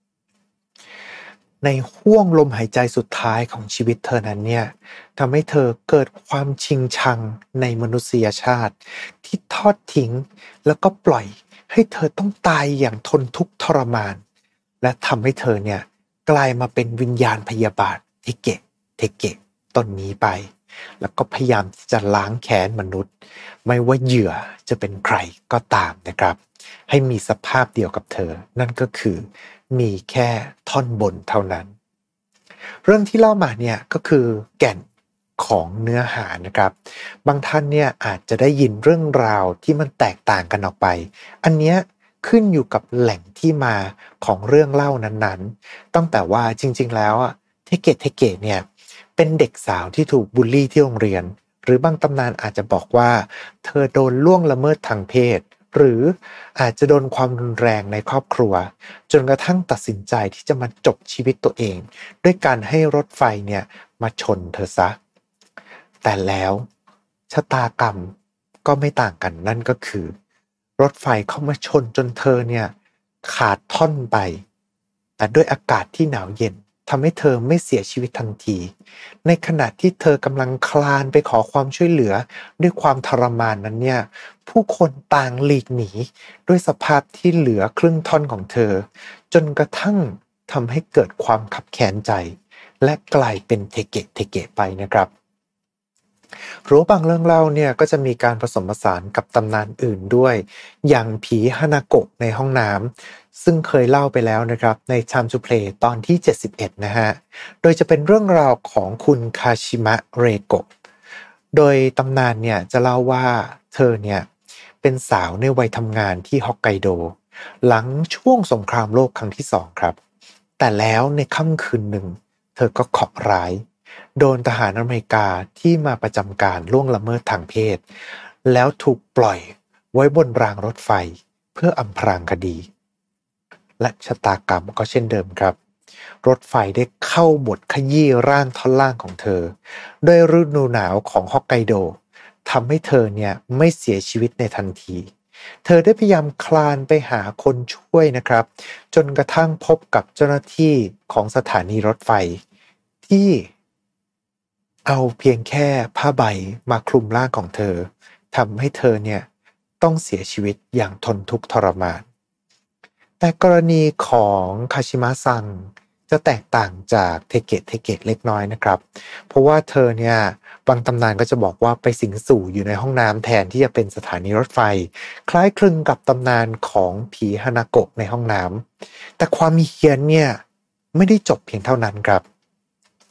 ในห้วงลมหายใจสุดท้ายของชีวิตเธอนั้นเนี่ยทำให้เธอเกิดความชิงชังในมนุษยชาติที่ทอดทิ้งแล้วก็ปล่อยให้เธอต้องตายอย่างทนทุกข์ทรมานและทำให้เธอเนี่ยกลายมาเป็นวิญญาณพยาบาทเทเกะตนนี้ไปแล้วก็พยายามที่จะล้างแค้นมนุษย์ไม่ว่าเหยื่อจะเป็นใครก็ตามนะครับให้มีสภาพเดียวกับเธอนั่นก็คือมีแค่ท่อนบนเท่านั้นเรื่องที่เล่ามาเนี่ยก็คือแก่นของเนื้อหานะครับบางท่านเนี่ยอาจจะได้ยินเรื่องราวที่มันแตกต่างกันออกไปอันเนี้ยขึ้นอยู่กับแหล่งที่มาของเรื่องเล่านั้นๆตั้งแต่ว่าจริงๆแล้วเทเกะเนี่ยเป็นเด็กสาวที่ถูกบูลลี่ที่โรงเรียนหรือบางตำนานอาจจะบอกว่าเธอโดนล่วงละเมิดทางเพศหรืออาจจะโดนความรุนแรงในครอบครัวจนกระทั่งตัดสินใจที่จะมาจบชีวิตตัวเองด้วยการให้รถไฟเนี่ยมาชนเธอซะแต่แล้วชะตากรรมก็ไม่ต่างกันนั่นก็คือรถไฟเข้ามาชนจนเธอเนี่ยขาดท่อนไปแต่ด้วยอากาศที่หนาวเย็นทำให้เธอไม่เสียชีวิตทันทีในขณะที่เธอกำลังคลานไปขอความช่วยเหลือด้วยความทรมานนั้นเนี่ยผู้คนต่างหลีกหนีด้วยสภาพที่เหลือครึ่งท่อนของเธอจนกระทั่งทำให้เกิดความขับแค้นใจและกลายเป็นเทเกะไปนะครับหรือบางเรื่องเล่าเนี่ยก็จะมีการผสมผสานกับตำนานอื่นด้วยอย่างผีฮานาโกะในห้องน้ำซึ่งเคยเล่าไปแล้วนะครับใน Time to Play ตอนที่71นะฮะโดยจะเป็นเรื่องราวของคุณคาชิมะเรโกะโดยตำนานเนี่ยจะเล่าว่าเธอเนี่ยเป็นสาวในวัยทำงานที่ฮอกไกโดหลังช่วงสงครามโลกครั้งที่2ครับแต่แล้วในค่ำคืนหนึ่งเธอก็เคราะห์ร้ายโดนทหารอเมริกาที่มาประจำการล่วงละเมิดทางเพศแล้วถูกปล่อยไว้บนรางรถไฟเพื่ออำพรางคดีและชะตากรรมก็เช่นเดิมครับรถไฟได้เข้าบดขยี้ร่างท่อนล่างของเธอด้วยฤดูหนาวของฮอกไกโดทำให้เธอเนี่ยไม่เสียชีวิตในทันทีเธอได้พยายามคลานไปหาคนช่วยนะครับจนกระทั่งพบกับเจ้าหน้าที่ของสถานีรถไฟที่เอาเพียงแค่ผ้าใบมาคลุมร่างของเธอทำให้เธอเนี่ยต้องเสียชีวิตอย่างทนทุกข์ทรมานแต่กรณีของคาชิมะซังจะแตกต่างจากเทเกะเล็กน้อยนะครับเพราะว่าเธอเนี่ยบางตำนานก็จะบอกว่าไปสิงสู่อยู่ในห้องน้ำแทนที่จะเป็นสถานีรถไฟคล้ายคลึงกับตำนานของผีฮานาโกะในห้องน้ำแต่ความเฮี้ยนเนี่ยไม่ได้จบเพียงเท่านั้นครับ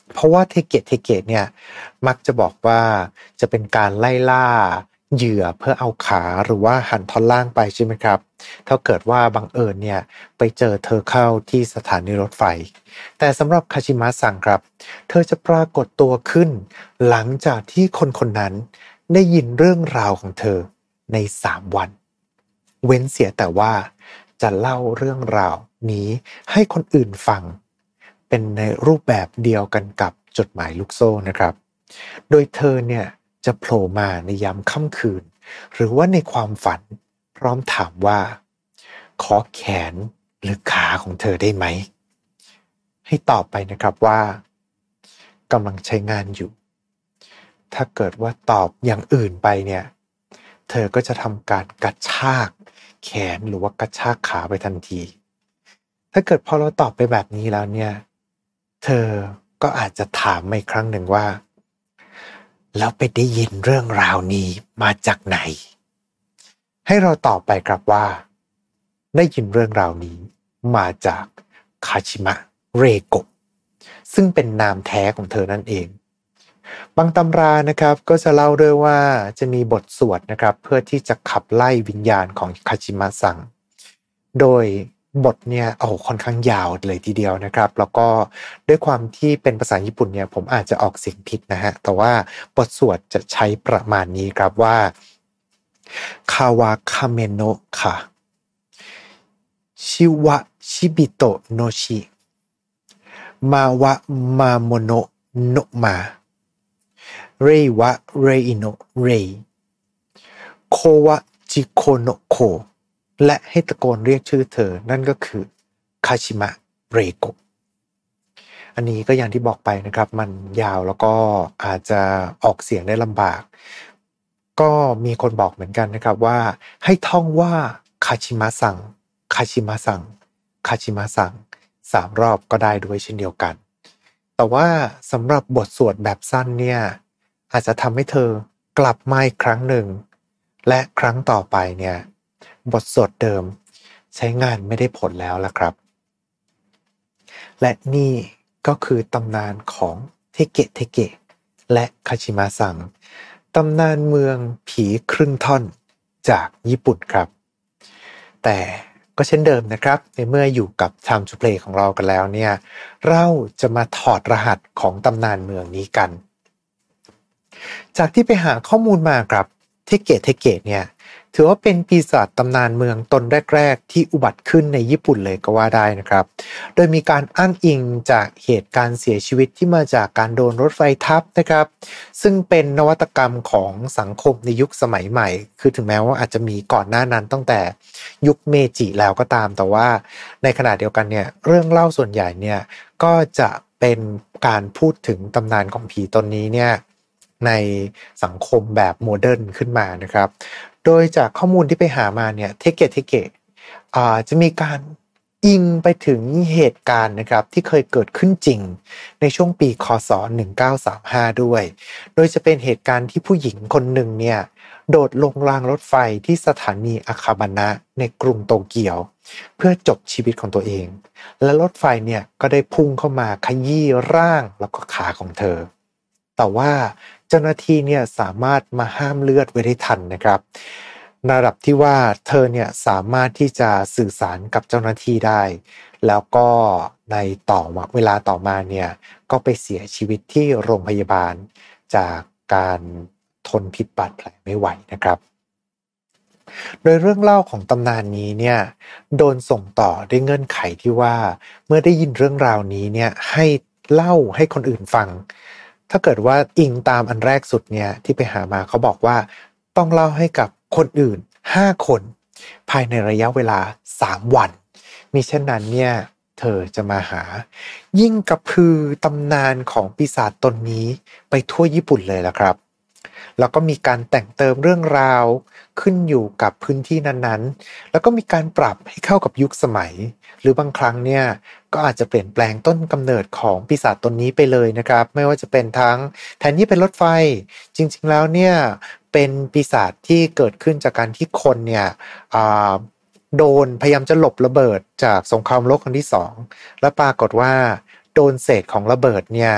เพราะว่าเทเกะเนี่ยมักจะบอกว่าจะเป็นการไล่ล่าเหยื่อเพื่อเอาขาหรือว่าหั่นท่อนล่างไปใช่ไหมครับถ้าเกิดว่าบังเอิญเนี่ยไปเจอเธอเข้าที่สถานีรถไฟแต่สำหรับคาชิมะซังครับเธอจะปรากฏตัวขึ้นหลังจากที่คนคนนั้นได้ยินเรื่องราวของเธอใน3 วันเว้นเสียแต่ว่าจะเล่าเรื่องราวนี้ให้คนอื่นฟังเป็นในรูปแบบเดียวกันกับจดหมายลูกโซ่นะครับโดยเธอเนี่ยจะโผล่มาในยามค่ำคืนหรือว่าในความฝันพร้อมถามว่าขอแขนหรือขาของเธอได้ไหมให้ตอบไปนะครับว่ากำลังใช้งานอยู่ถ้าเกิดว่าตอบอย่างอื่นไปเนี่ยเธอก็จะทำการกระชากแขนหรือว่ากระชากขาไปทันทีถ้าเกิดพอเราตอบไปแบบนี้แล้วเนี่ยเธอก็อาจจะถามอีกครั้งหนึ่งว่าแล้วไปได้ยินเรื่องราวนี้มาจากไหนให้เราตอบไปครับว่าได้ยินเรื่องราวนี้มาจากคาชิมะเรโกะซึ่งเป็นนามแท้ของเธอนั่นเองบางตำรานะครับก็จะเล่าด้วยว่าจะมีบทสวดนะครับเพื่อที่จะขับไล่วิญญาณของคาชิมะซังโดยบทเนี่ยค่อนข้างยาวเลยทีเดียวนะครับแล้วก็ด้วยความที่เป็นภาษาญี่ปุ่นเนี่ยผมอาจจะออกเสียงผิดนะฮะแต่ว่าบทสวดจะใช้ประมาณนี้ครับว่าคาวาคาเมโนะค่ะชิวะชิบิโตะโนชิมาวะมาโมโนะโนะมาเรวะเรอิโนะเรโควะจิโคโนะโคและให้ตะโกนเรียกชื่อเธอนั่นก็คือคาชิมะเรโกะอันนี้ก็อย่างที่บอกไปนะครับมันยาวแล้วก็อาจจะออกเสียงได้ลำบากก็มีคนบอกเหมือนกันนะครับว่าให้ท่องว่าคาชิมะซังคาชิมะซังคาชิมะซัง3 รอบก็ได้ด้วยเช่นเดียวกันแต่ว่าสำหรับบทสวดแบบสั้นเนี่ยอาจจะทำให้เธอกลับมาอีกครั้งหนึ่งและครั้งต่อไปเนี่ยบทสวดเดิมใช้งานไม่ได้ผลแล้วล่ะครับและนี่ก็คือตำนานของเทเกะและคาชิมะซังตำนานเมืองผีครึ่งท่อนจากญี่ปุ่นครับแต่ก็เช่นเดิมนะครับในเมื่ออยู่กับ Time to Play ของเรากันแล้วเนี่ยเราจะมาถอดรหัสของตำนานเมืองนี้กันจากที่ไปหาข้อมูลมาครับเทเกะเนี่ยถือว่าเป็นปีศาจตำนานเมืองตนแรกๆที่อุบัติขึ้นในญี่ปุ่นเลยก็ว่าได้นะครับโดยมีการอ้างอิงจากเหตุการณ์เสียชีวิตที่มาจากการโดนรถไฟทับนะครับซึ่งเป็นนวัตกรรมของสังคมในยุคสมัยใหม่คือถึงแม้ว่าอาจจะมีก่อนหน้านั้นตั้งแต่ยุคเมจิแล้วก็ตามแต่ว่าในขณะเดียวกันเนี่ยเรื่องเล่าส่วนใหญ่เนี่ยก็จะเป็นการพูดถึงตำนานของผีตนนี้เนี่ยในสังคมแบบโมเดิร์นขึ้นมานะครับโดยจากข้อมูลที่ไปหามาเนี่ยเทเกะจะมีการอิงไปถึงเหตุการณ์นะครับที่เคยเกิดขึ้นจริงในช่วงปีคศ1935ด้วยโดยจะเป็นเหตุการณ์ที่ผู้หญิงคนหนึ่งเนี่ยโดดลงรางรถไฟที่สถานีอาคาบานะในกรุงโตเกียวเพื่อจบชีวิตของตัวเองและรถไฟเนี่ยก็ได้พุ่งเข้ามาขยี้ร่างแล้วก็ขาของเธอแต่ว่าเจ้าหน้าที่เนี่ยสามารถมาห้ามเลือดไว้ได้ทันนะครับระดับที่ว่าเธอเนี่ยสามารถที่จะสื่อสารกับเจ้าหน้าที่ได้แล้วก็ในเวลาต่อมาเนี่ยก็ไปเสียชีวิตที่โรงพยาบาลจากการทนพิษบาดแผลไม่ไหวนะครับโดยเรื่องเล่าของตำนานนี้เนี่ยโดนส่งต่อด้วยเงื่อนไขที่ว่าเมื่อได้ยินเรื่องราวนี้เนี่ยให้เล่าให้คนอื่นฟังถ้าเกิดว่าอิงตามอันแรกสุดเนี่ยที่ไปหามาเขาบอกว่าต้องเล่าให้กับคนอื่น5 คนภายในระยะเวลา3 วันมิเช่นนั้นเนี่ยเธอจะมาหายิ่งกระพือตำนานของปีศาจตนนี้ไปทั่วญี่ปุ่นเลยล่ะครับแล้วก็มีการแต่งเติมเรื่องราวขึ้นอยู่กับพื้นที่นั้นๆแล้วก็มีการปรับให้เข้ากับยุคสมัยหรือบางครั้งเนี่ยก็อาจจะเปลี่ยนแปลงต้นกำเนิดของปีศาจตนนี้ไปเลยนะครับไม่ว่าจะเป็นทั้งแทนที่เป็นรถไฟจริงๆแล้วเนี่ยเป็นปีศาจที่เกิดขึ้นจากการที่คนเนี่ยโดนพยายามจะหลบระเบิดจากสงครามโลกครั้งที่2และปรากฏว่าโดนเศษของระเบิดเนี่ย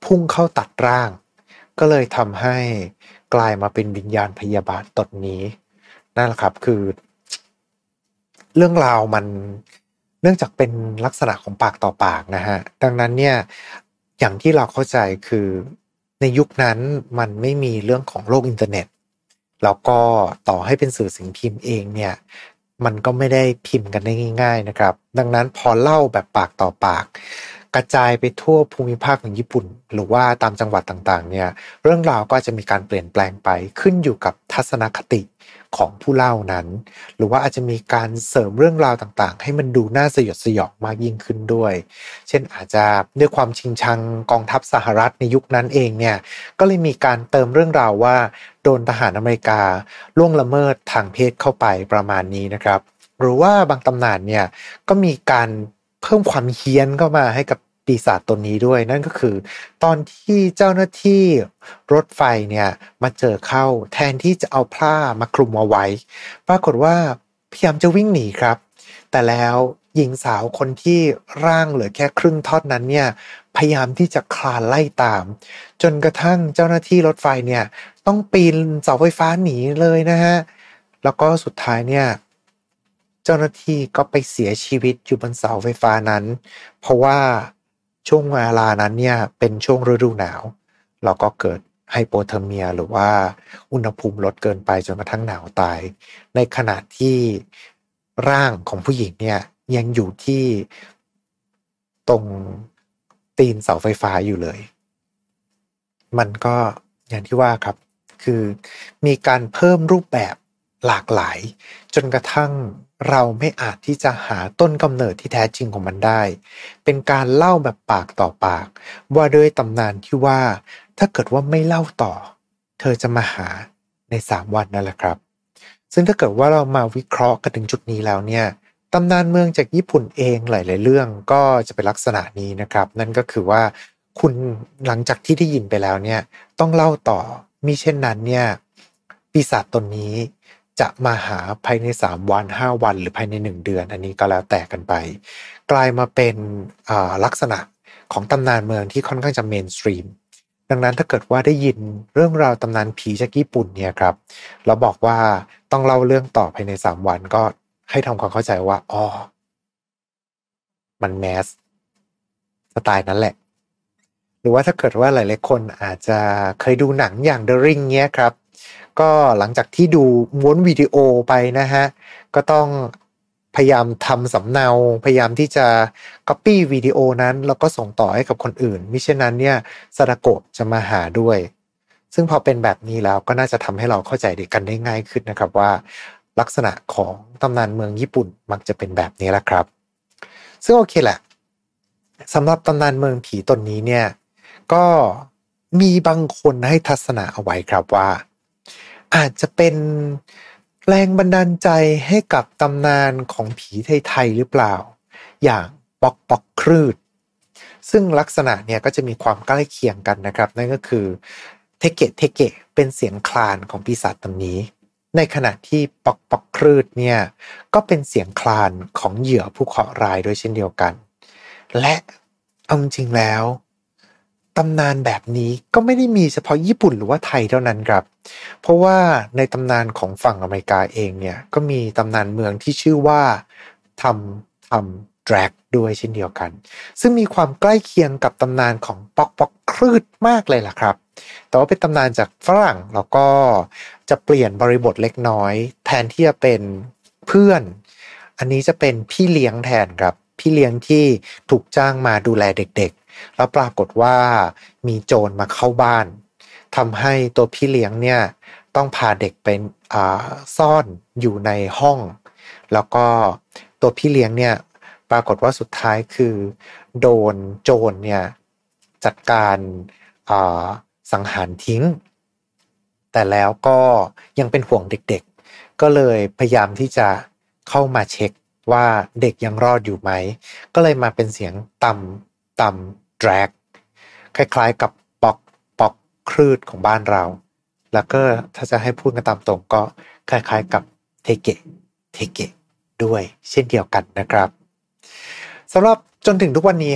พุ่งเข้าตัดร่างก็เลยทำให้กลายมาเป็นวิญญาณพยาบาทตนนี้นั่นแหละครับคือเรื่องราวมันเนื่องจากเป็นลักษณะของปากต่อปากนะฮะดังนั้นเนี่ยอย่างที่เราเข้าใจคือในยุคนั้นมันไม่มีเรื่องของโลกอินเทอร์เน็ตแล้วก็ต่อให้เป็นสื่อสิ่งพิมพ์เองเนี่ยมันก็ไม่ได้พิมพ์กันได้ง่ายๆนะครับดังนั้นพอเล่าแบบปากต่อปากกระจายไปทั่วภูมิภาคของญี่ปุ่นหรือว่าตามจังหวัดต่างๆเนี่ยเรื่องราวก็จะมีการเปลี่ยนแปลงไปขึ้นอยู่กับทัศนคติของผู้เล่านั้นหรือว่าอาจจะมีการเสริมเรื่องราวต่างๆให้มันดูน่าสยดสยองมากยิ่งขึ้นด้วยเช่นอาจจะด้วยความชิงชังกองทัพสหรัฐในยุคนั้นเองเนี่ยก็เลยมีการเติมเรื่องราวว่าโดนทหารอเมริกาล่วงละเมิดทางเพศเข้าไปประมาณนี้นะครับหรือว่าบางตำนานเนี่ยก็มีการเพิ่มความเฮี้ยนเข้ามาให้กับปีศาจตนนี้ด้วยนั่นก็คือตอนที่เจ้าหน้าที่รถไฟเนี่ยมาเจอเข้าแทนที่จะเอาผ้ามาคลุมเอาไว้ปรากฏว่าพยายามจะวิ่งหนีครับแต่แล้วหญิงสาวคนที่ร่างเหลือแค่ครึ่งท่อนนั้นเนี่ยพยายามที่จะคลานไล่ตามจนกระทั่งเจ้าหน้าที่รถไฟเนี่ยต้องปีนเสาไฟฟ้าหนีเลยนะฮะแล้วก็สุดท้ายเนี่ยเจ้าหน้าที่ก็ไปเสียชีวิตอยู่บนเสาไฟฟ้านั้นเพราะว่าช่วงเวลานั้นเนี่ยเป็นช่วงฤดูหนาวแล้วก็เกิดไฮโปเทอร์เมียหรือว่าอุณหภูมิลดเกินไปจนกระทั่งหนาวตายในขณะที่ร่างของผู้หญิงเนี่ยยังอยู่ที่ตรงตีนเสาไฟฟ้าอยู่เลยมันก็อย่างที่ว่าครับคือมีการเพิ่มรูปแบบหลากหลายจนกระทั่งเราไม่อาจที่จะหาต้นกำเนิดที่แท้จริงของมันได้เป็นการเล่าแบบปากต่อปากว่าด้วยตำนานที่ว่าถ้าเกิดว่าไม่เล่าต่อเธอจะมาหาใน3 วันนั่นแหละครับซึ่งถ้าเกิดว่าเรามาวิเคราะห์กันถึงจุดนี้แล้วเนี่ยตำนานเมืองจากญี่ปุ่นเองหลายๆเรื่องก็จะเป็นลักษณะนี้นะครับนั่นก็คือว่าคุณหลังจากที่ได้ยินไปแล้วเนี่ยต้องเล่าต่อมิเช่นนั้นเนี่ยปีศาจตนนี้จะมาหาภายใน3 วัน5 วันหรือภายใน1 เดือนอันนี้ก็แล้วแต่กันไปกลายมาเป็นลักษณะของตำนานเมืองที่ค่อนข้างจะเมนสตรีมดังนั้นถ้าเกิดว่าได้ยินเรื่องราวตำนานผีจากญี่ปุ่นเนี่ยครับเราบอกว่าต้องเล่าเรื่องต่อภายใน3 วันก็ให้ทำความเข้าใจว่าอ๋อมันแมสสไตล์นั้นแหละหรือว่าถ้าเกิดว่าหลายๆคนอาจจะเคยดูหนังอย่าง The Ring เงี้ยครับก็หลังจากที่ดูม้วนวิดีโอไปนะฮะก็ต้องพยายามทำสำเนาพยายามที่จะ copy วิดีโอนั้นแล้วก็ส่งต่อให้กับคนอื่นมิฉะนั้นเนี่ยซาดาโกะจะมาหาด้วยซึ่งพอเป็นแบบนี้แล้วก็น่าจะทำให้เราเข้าใจกันได้ง่ายขึ้นนะครับว่าลักษณะของตำนานเมืองญี่ปุ่นมักจะเป็นแบบนี้แหละครับซึ่งโอเคแหละสำหรับตำนานเมืองผีตนนี้เนี่ยก็มีบางคนให้ทัศนะเอาไว้ครับว่าอาจจะเป็นแรงบันดาลใจให้กับตำนานของผีไทยๆหรือเปล่าอย่างป๊อกป๊อกครืดซึ่งลักษณะเนี่ยก็จะมีความใกล้เคียงกันนะครับนั่นก็คือเทเกะเทเกะเป็นเสียงคลานของปีศาจตนนี้ในขณะที่ป๊อกป๊อกครืดเนี่ยก็เป็นเสียงคลานของเหยื่อผู้เคราะห์ร้ายด้วยเช่นเดียวกันและเอาจริงแล้วตำนานแบบนี้ก็ไม่ได้มีเฉพาะญี่ปุ่นหรือว่าไทยเท่านั้นครับเพราะว่าในตำนานของฝั่งอเมริกาเองเนี่ยก็มีตำนานเมืองที่ชื่อว่าทำแดรกด้วยเช่นเดียวกันซึ่งมีความใกล้เคียงกับตำนานของป๊อกป๊อกครืดมากเลยล่ะครับแต่ว่าเป็นตำนานจากฝรั่งแล้วก็จะเปลี่ยนบริบทเล็กน้อยแทนที่จะเป็นเพื่อนอันนี้จะเป็นพี่เลี้ยงแทนครับพี่เลี้ยงที่ถูกจ้างมาดูแลเด็กๆแล้วปรากฏว่ามีโจรมาเข้าบ้านทำให้ตัวพี่เลี้ยงเนี่ยต้องพาเด็กไปซ่อนอยู่ในห้องแล้วก็ตัวพี่เลี้ยงเนี่ยปรากฏว่าสุดท้ายคือโดนโจรเนี่ยจัดการสังหารทิ้งแต่แล้วก็ยังเป็นห่วงเด็กๆก็เลยพยายามที่จะเข้ามาเช็คว่าเด็กยังรอดอยู่ไหมก็เลยมาเป็นเสียงต่ำแดรกคล้ายๆกับป๊อกครืดของบ้านเราแล้วก็ถ้าจะให้พูดกันตามตรงก็คล้ายๆกับเทเกะด้วยเช่นเดียวกันนะครับสำหรับจนถึงทุกวันนี้ฮะ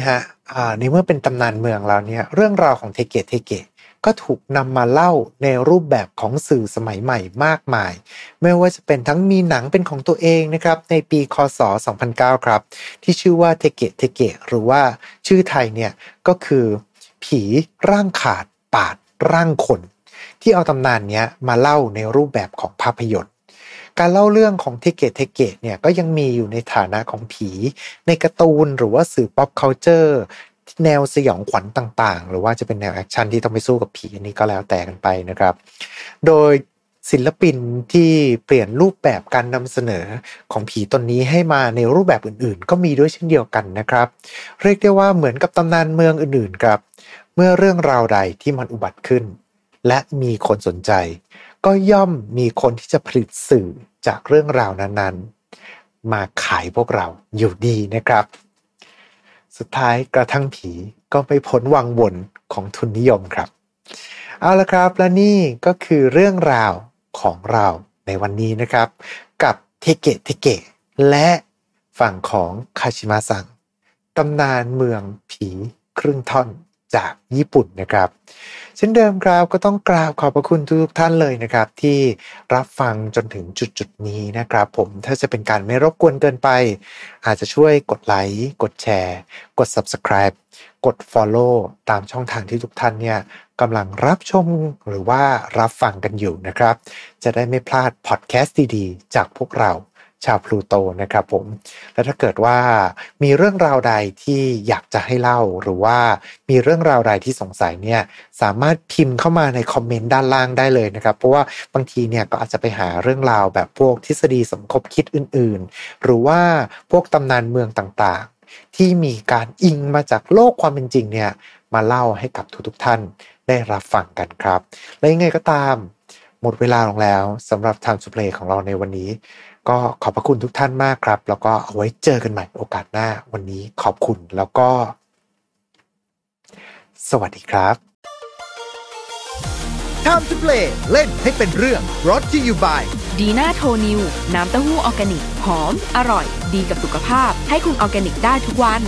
ในเมื่อเป็นตำนานเมืองแล้วเนี่ยเรื่องราวของเทเกะเทเกะก็ถูกนำมาเล่าในรูปแบบของสื่อสมัยใหม่มากมายไม่ว่าจะเป็นทั้งมีหนังเป็นของตัวเองนะครับในปีคศ2009ครับที่ชื่อว่าเทเกะเทเกะหรือว่าชื่อไทยเนี่ยก็คือผีร่างขาดปาดร่างคนที่เอาตำนานนี้มาเล่าในรูปแบบของภาพยนตร์การเล่าเรื่องของเทเกะเทเกะเนี่ยก็ยังมีอยู่ในฐานะของผีในการ์ตูนหรือว่าสื่อ pop culture แนวสยองขวัญต่างๆหรือว่าจะเป็นแนวแอคชั่นที่ต้องไปสู้กับผีอันนี้ก็แล้วแต่กันไปนะครับโดยศิลปินที่เปลี่ยนรูปแบบการนำเสนอของผีตนนี้ให้มาในรูปแบบอื่นๆก็มีด้วยเช่นเดียวกันนะครับเรียกได้ว่าเหมือนกับตำนานเมืองอื่นๆครับเมื่อเรื่องราวใดที่มันอุบัติขึ้นและมีคนสนใจก็ย่อมมีคนที่จะผลิตสื่อจากเรื่องราวนั้นๆมาขายพวกเราอยู่ดีนะครับสุดท้ายกระทั่งผีก็ไม่พ้นวังวนของทุนนิยมครับเอาละครับและนี่ก็คือเรื่องราวของเราในวันนี้นะครับกับเทเกะเทเกะและฝั่งของคาชิมะซังตำนานเมืองผีครึ่งท่อนจากญี่ปุ่นนะครับเช่นเดิมครับก็ต้องกราบขอบพระคุณทุกท่านเลยนะครับที่รับฟังจนถึงจุดนี้นะครับผมถ้าจะเป็นการไม่รบกวนเกินไปอาจจะช่วยกดไลค์กดแชร์กด Subscribe กด Follow ตามช่องทางที่ทุกท่านเนี่ยกำลังรับชมหรือว่ารับฟังกันอยู่นะครับจะได้ไม่พลาดพอดแคสต์ดีๆจากพวกเราชาวพลูโตนะครับผมและถ้าเกิดว่ามีเรื่องราวใดที่อยากจะให้เล่าหรือว่ามีเรื่องราวใดที่สงสัยเนี่ยสามารถพิมพ์เข้ามาในคอมเมนต์ด้านล่างได้เลยนะครับเพราะว่าบางทีเนี่ยก็อาจจะไปหาเรื่องราวแบบพวกทฤษฎีสมคบคิดอื่นๆหรือว่าพวกตำนานเมืองต่างๆที่มีการอิงมาจากโลกความเป็นจริงเนี่ยมาเล่าให้กับทุกๆท่านได้รับฟังกันครับและยังไงก็ตามหมดเวลาลงแล้วสำหรับ Time to Play ของเราในวันนี้ก็ขอบพระคุณทุกท่านมากครับแล้วก็เอาไว้เจอกันใหม่โอกาสหน้าวันนี้ขอบคุณแล้วก็สวัสดีครับ Time to Play เล่นให้เป็นเรื่อง brought to you by ดีน่าโทนิวน้ำเต้าหู้ออร์แกนิกหอมอร่อยดีกับสุขภาพให้คุณออร์แกนิกได้ทุกวัน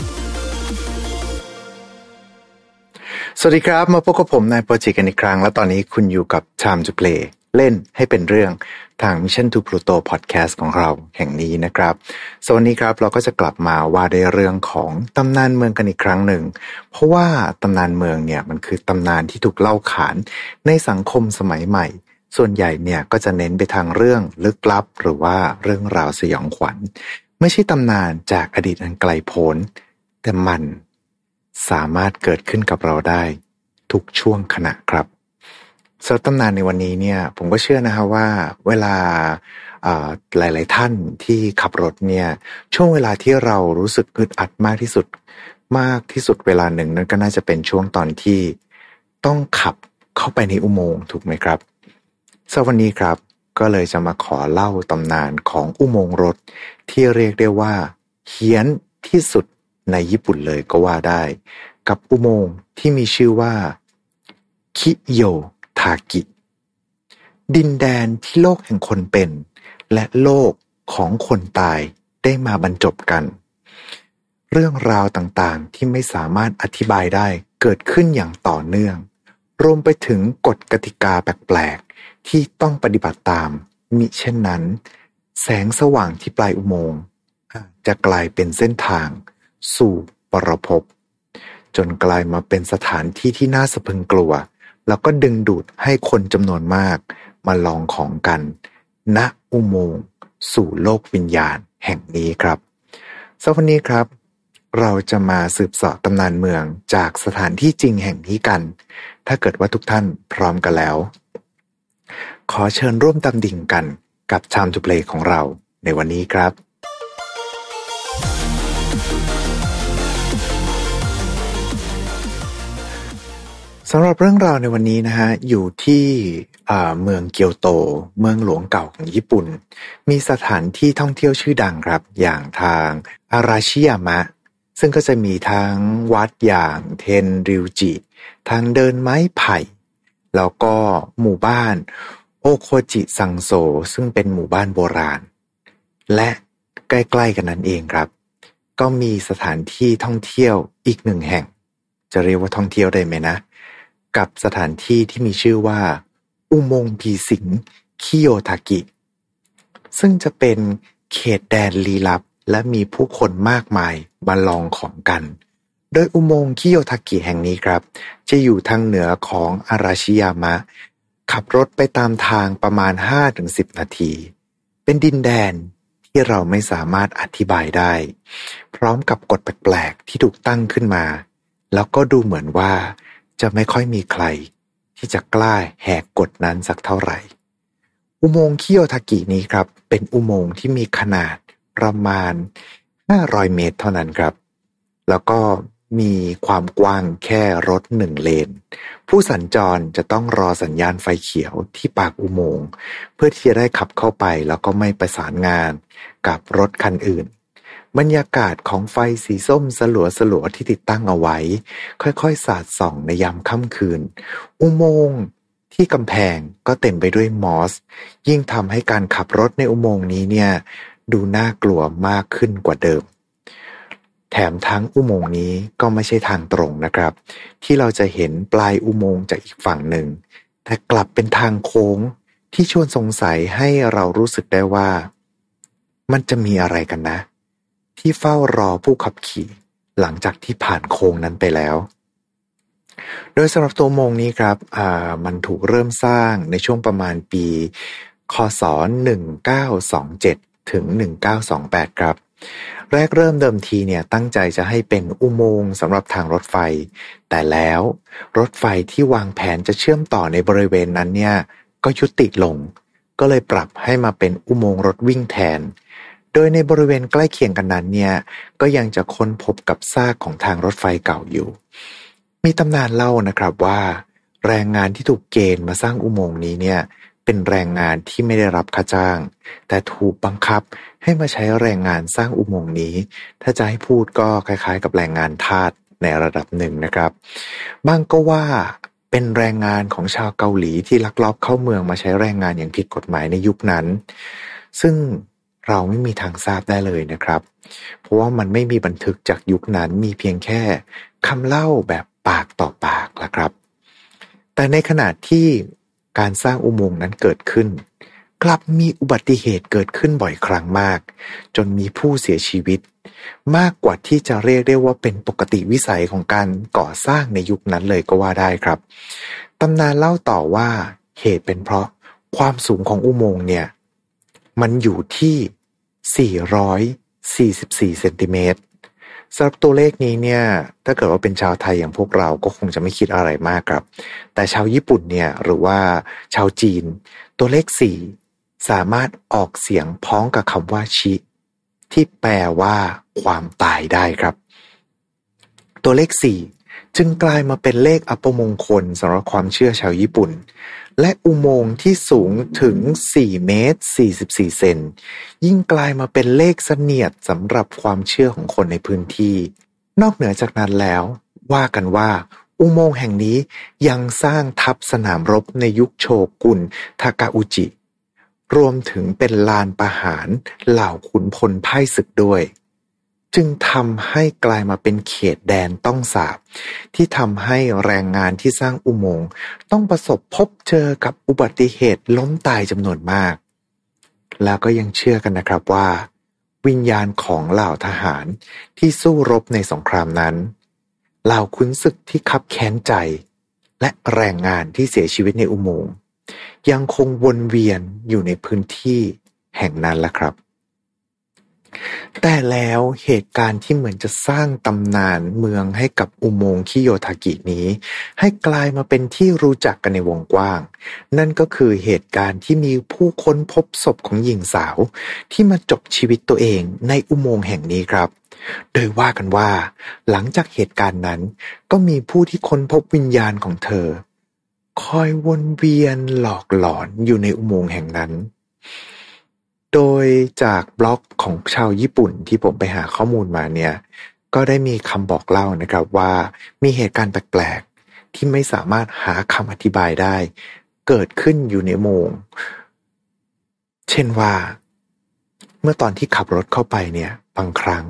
สวัสดีครับมาพบกับผมนายโปรเจกต์กันอีกครั้งและตอนนี้คุณอยู่กับ Time to Play เล่นให้เป็นเรื่องทาง Mission to Pluto Podcast ของเราแห่งนี้นะครับส่วนนี้ครับเราก็จะกลับมาว่าในเรื่องของตำนานเมืองกันอีกครั้งหนึ่งเพราะว่าตำนานเมืองเนี่ยมันคือตำนานที่ถูกเล่าขานในสังคมสมัยใหม่ส่วนใหญ่เนี่ยก็จะเน้นไปทางเรื่องลึกลับหรือว่าเรื่องราวสยองขวัญไม่ใช่ตำนานจากอดีตอันไกลโพ้นแต่มันสามารถเกิดขึ้นกับเราได้ทุกช่วงขณะครับสำหรับตำนานในวันนี้เนี่ยผมก็เชื่อนะฮะว่าเวลาหลายๆท่านที่ขับรถเนี่ยช่วงเวลาที่เรารู้สึกอึดอัดมากที่สุดเวลาหนึ่งนั่นก็น่าจะเป็นช่วงตอนที่ต้องขับเข้าไปในอุโมงค์ถูกไหมครับสำหรับวันนี้ครับก็เลยจะมาขอเล่าตำนานของอุโมงค์รถที่เรียกได้ว่าเฮี้ยนที่สุดในญี่ปุ่นเลยก็ว่าได้กับอุโมงค์ที่มีชื่อว่าคิโยทากิดินแดนที่โลกแห่งคนเป็นและโลกของคนตายได้มาบรรจบกันเรื่องราวต่างๆที่ไม่สามารถอธิบายได้เกิดขึ้นอย่างต่อเนื่องรวมไปถึงกฎกติกาแปลกๆที่ต้องปฏิบัติตามมิเช่นนั้นแสงสว่างที่ปลายอุโมงค์จะกลายเป็นเส้นทางสู่ปรภพจนกลายมาเป็นสถานที่ที่น่าสะพรึงกลัวแล้วก็ดึงดูดให้คนจำนวนมากมาลองของกันณอุโมงค์สู่โลกวิญญาณแห่งนี้ครับสำหรับวันนี้ครับเราจะมาสืบเสาะตำนานเมืองจากสถานที่จริงแห่งนี้กันถ้าเกิดว่าทุกท่านพร้อมกันแล้วขอเชิญร่วมดำดิ่งกันกับ Time to Play ของเราในวันนี้ครับสำหรับเรื่องราวในวันนี้นะฮะอยู่ที่เมืองเกียวโตเมืองหลวงเก่าของญี่ปุ่นมีสถานที่ท่องเที่ยวชื่อดังครับอย่างทางอาราชิยามะซึ่งก็จะมีทั้งวัดอย่างเทนริวจิทางเดินไม้ไผ่แล้วก็หมู่บ้านโอโคจิซังโซซึ่งเป็นหมู่บ้านโบราณและใกล้ๆกันนั้นเองครับก็มีสถานที่ท่องเที่ยวอีกหนึ่งแห่งจะเรียกว่าท่องเที่ยวได้ไหมนะกับสถานที่ที่มีชื่อว่าอุโมงค์ผีสิงคิโยทากิซึ่งจะเป็นเขตแดนลี้ลับและมีผู้คนมากมายมาลองของกันโดยอุโมงค์คิโยทากิแห่งนี้ครับจะอยู่ทางเหนือของอาราชิยามะขับรถไปตามทางประมาณ 5-10 นาทีเป็นดินแดนที่เราไม่สามารถอธิบายได้พร้อมกับกฎแปลกๆที่ถูกตั้งขึ้นมาแล้วก็ดูเหมือนว่าจะไม่ค่อยมีใครที่จะกล้าแหกกฎนั้นสักเท่าไหร่อุโมงค์คิโยทากินี้ครับเป็นอุโมงค์ที่มีขนาดประมาณ500 เมตรเท่านั้นครับแล้วก็มีความกว้างแค่รถ1 เลนผู้สัญจรจะต้องรอสัญญาณไฟเขียวที่ปากอุโมงค์เพื่อที่จะได้ขับเข้าไปแล้วก็ไม่ประสานงานกับรถคันอื่นบรรยากาศของไฟสีส้มสลัวๆที่ติดตั้งเอาไว้ค่อยๆสาดส่องในยามค่ำคืนอุโมงค์ที่กำแพงก็เต็มไปด้วยมอสยิ่งทำให้การขับรถในอุโมงค์นี้เนี่ยดูน่ากลัวมากขึ้นกว่าเดิมแถมทั้งอุโมงค์นี้ก็ไม่ใช่ทางตรงนะครับที่เราจะเห็นปลายอุโมงค์จากอีกฝั่งหนึ่งแต่กลับเป็นทางโค้งที่ชวนสงสัยให้เรารู้สึกได้ว่ามันจะมีอะไรกันนะที่เฝ้ารอผู้ขับขี่หลังจากที่ผ่านโค้งนั้นไปแล้วโดยสำหรับตัวอุโมงค์นี้ครับมันถูกเริ่มสร้างในช่วงประมาณปีคศ1927ถึง1928ครับแรกเริ่มเดิมทีเนี่ยตั้งใจจะให้เป็นอุโมงค์สำหรับทางรถไฟแต่แล้วรถไฟที่วางแผนจะเชื่อมต่อในบริเวณนั้นเนี่ยก็ยุติลงก็เลยปรับให้มาเป็นอุโมงค์รถวิ่งแทนโดยในบริเวณใกล้เคียงกันนั้นเนี่ยก็ยังจะค้นพบกับซากของทางรถไฟเก่าอยู่มีตำนานเล่านะครับว่าแรงงานที่ถูกเกณฑ์มาสร้างอุโมงค์นี้เนี่ยเป็นแรงงานที่ไม่ได้รับค่าจ้างแต่ถูกบังคับให้มาใช้แรงงานสร้างอุโมงค์นี้ถ้าจะให้พูดก็คล้ายๆกับแรงงานทาสในระดับหนึ่งนะครับบางก็ว่าเป็นแรงงานของชาวเกาหลีที่ลักลอบเข้าเมืองมาใช้แรงงานอย่างผิดกฎหมายในยุคนั้นซึ่งเราไม่มีทางทราบได้เลยนะครับเพราะว่ามันไม่มีบันทึกจากยุคนั้นมีเพียงแค่คำเล่าแบบปากต่อปากละครับแต่ในขณะที่การสร้างอุโมงค์นั้นเกิดขึ้นกลับมีอุบัติเหตุเกิดขึ้นบ่อยครั้งมากจนมีผู้เสียชีวิตมากกว่าที่จะเรียกได้ว่าเป็นปกติวิสัยของการก่อสร้างในยุคนั้นเลยก็ว่าได้ครับตำนานเล่าต่อว่าเหตุเป็นเพราะความสูงของอุโมงค์เนี่ยมันอยู่ที่444 เซนติเมตรสำหรับตัวเลขนี้เนี่ยถ้าเกิดว่าเป็นชาวไทยอย่างพวกเราก็คงจะไม่คิดอะไรมากครับแต่ชาวญี่ปุ่นเนี่ยหรือว่าชาวจีนตัวเลข4สามารถออกเสียงพ้องกับคำว่าชิที่แปลว่าความตายได้ครับตัวเลข4จึงกลายมาเป็นเลขอัปมงคลสำหรับความเชื่อชาวญี่ปุ่นและอุโมงค์ที่สูงถึง4 เมตร 44 เซนยิ่งกลายมาเป็นเลขเสนียดสำหรับความเชื่อของคนในพื้นที่นอกเหนือจากนั้นแล้วว่ากันว่าอุโมงค์แห่งนี้ยังสร้างทัพสนามรบในยุคโชกุนทากาอุจิรวมถึงเป็นลานประหารเหล่าขุนพลพ่ายศึกด้วยจึงทำให้กลายมาเป็นเขตแดนต้องสาปที่ทำให้แรงงานที่สร้างอุโมงค์ต้องประสบพบเจอกับอุบัติเหตุล้มตายจำนวนมากแล้วก็ยังเชื่อกันนะครับว่าวิญญาณของเหล่าทหารที่สู้รบในสงครามนั้นเหล่าขุนศึกที่คับแค้นใจและแรงงานที่เสียชีวิตในอุโมงค์ยังคงวนเวียนอยู่ในพื้นที่แห่งนั้นล่ะครับแต่แล้วเหตุการณ์ที่เหมือนจะสร้างตำนานเมืองให้กับอุโมงค์คิโยทากินี้ให้กลายมาเป็นที่รู้จักกันในวงกว้างนั่นก็คือเหตุการณ์ที่มีผู้ค้นพบศพของหญิงสาวที่มาจบชีวิตตัวเองในอุโมงค์แห่งนี้ครับโดยว่ากันว่าหลังจากเหตุการณ์นั้นก็มีผู้ที่ค้นพบวิญญาณของเธอคอยวนเวียนหลอกหลอนอยู่ในอุโมงค์แห่งนั้นโดยจากบล็อกของชาวญี่ปุ่นที่ผมไปหาข้อมูลมาเนี่ยก็ได้มีคำบอกเล่านะครับว่ามีเหตุการณ์แปลกๆที่ไม่สามารถหาคำอธิบายได้เกิดขึ้นอยู่ในอุโมงค์เช่นว่าเมื่อตอนที่ขับรถเข้าไปเนี่ยบางครั้ง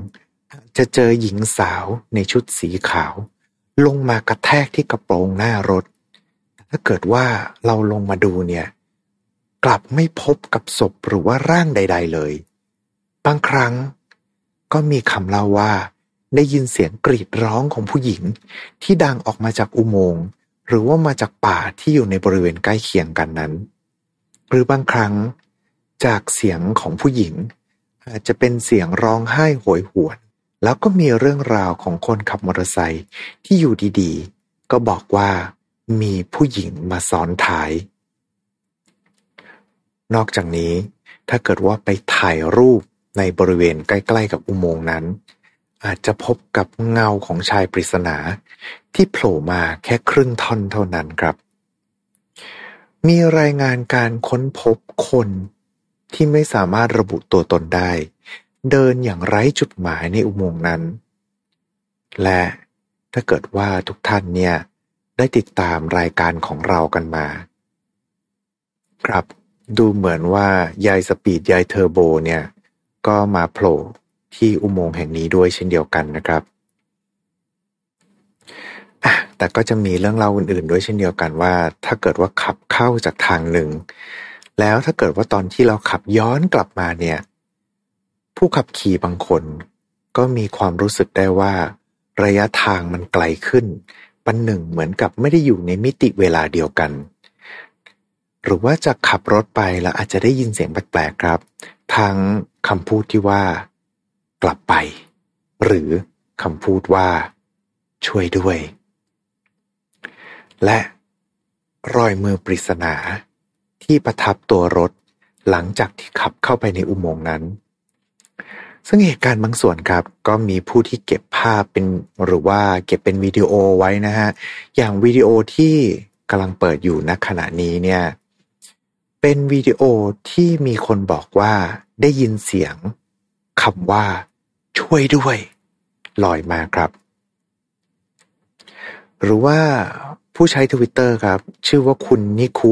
จะเจอหญิงสาวในชุดสีขาวลงมากระแทกที่กระโปรงหน้ารถถ้าเกิดว่าเราลงมาดูเนี่ยกลับไม่พบกับศพหรือว่าร่างใดๆเลยบางครั้งก็มีคำเล่าว่าได้ยินเสียงกรีดร้องของผู้หญิงที่ดังออกมาจากอุโมงค์หรือว่ามาจากป่าที่อยู่ในบริเวณใกล้เคียงกันนั้นหรือบางครั้งจากเสียงของผู้หญิงอาจจะเป็นเสียงร้องไห้โหยหวนแล้วก็มีเรื่องราวของคนขับมอเตอร์ไซค์ที่อยู่ดีๆก็บอกว่ามีผู้หญิงมาซ้อนท้ายนอกจากนี้ถ้าเกิดว่าไปถ่ายรูปในบริเวณใกล้ๆกับอุโมงค์นั้นอาจจะพบกับเงาของชายปริศนาที่โผล่มาแค่ครึ่งท่อนเท่านั้นครับมีรายงานการค้นพบคนที่ไม่สามารถระบุตัวตนได้เดินอย่างไร้จุดหมายในอุโมงค์นั้นและถ้าเกิดว่าทุกท่านเนี่ยได้ติดตามรายการของเรากันมาครับดูเหมือนว่ายายสปีดยายเทอร์โบเนี่ยก็มาโผล่ที่อุโมงค์แห่งนี้ด้วยเช่นเดียวกันนะครับแต่ก็จะมีเรื่องเล่าอื่นๆด้วยเช่นเดียวกันว่าถ้าเกิดว่าขับเข้าจากทางหนึ่งแล้วถ้าเกิดว่าตอนที่เราขับย้อนกลับมาเนี่ยผู้ขับขี่บางคนก็มีความรู้สึกได้ว่าระยะทางมันไกลขึ้นปันหนึ่งเหมือนกับไม่ได้อยู่ในมิติเวลาเดียวกันหรือว่าจะขับรถไปแล้วอาจจะได้ยินเสียงแปลกๆครับทั้งคำพูดที่ว่ากลับไปหรือคำพูดว่าช่วยด้วยและรอยมือปริศนาที่ประทับตัวรถหลังจากที่ขับเข้าไปในอุโมงค์นั้นซึ่งเหตุการณ์บางส่วนครับก็มีผู้ที่เก็บภาพเป็นหรือว่าเก็บเป็นวิดีโอไว้นะฮะอย่างวิดีโอที่กำลังเปิดอยู่ณขณะนี้เนี่ยเป็นวิดีโอที่มีคนบอกว่าได้ยินเสียงคำว่าช่วยด้วยลอยมาครับหรือว่าผู้ใช้ Twitter ครับชื่อว่าคุณนิคุ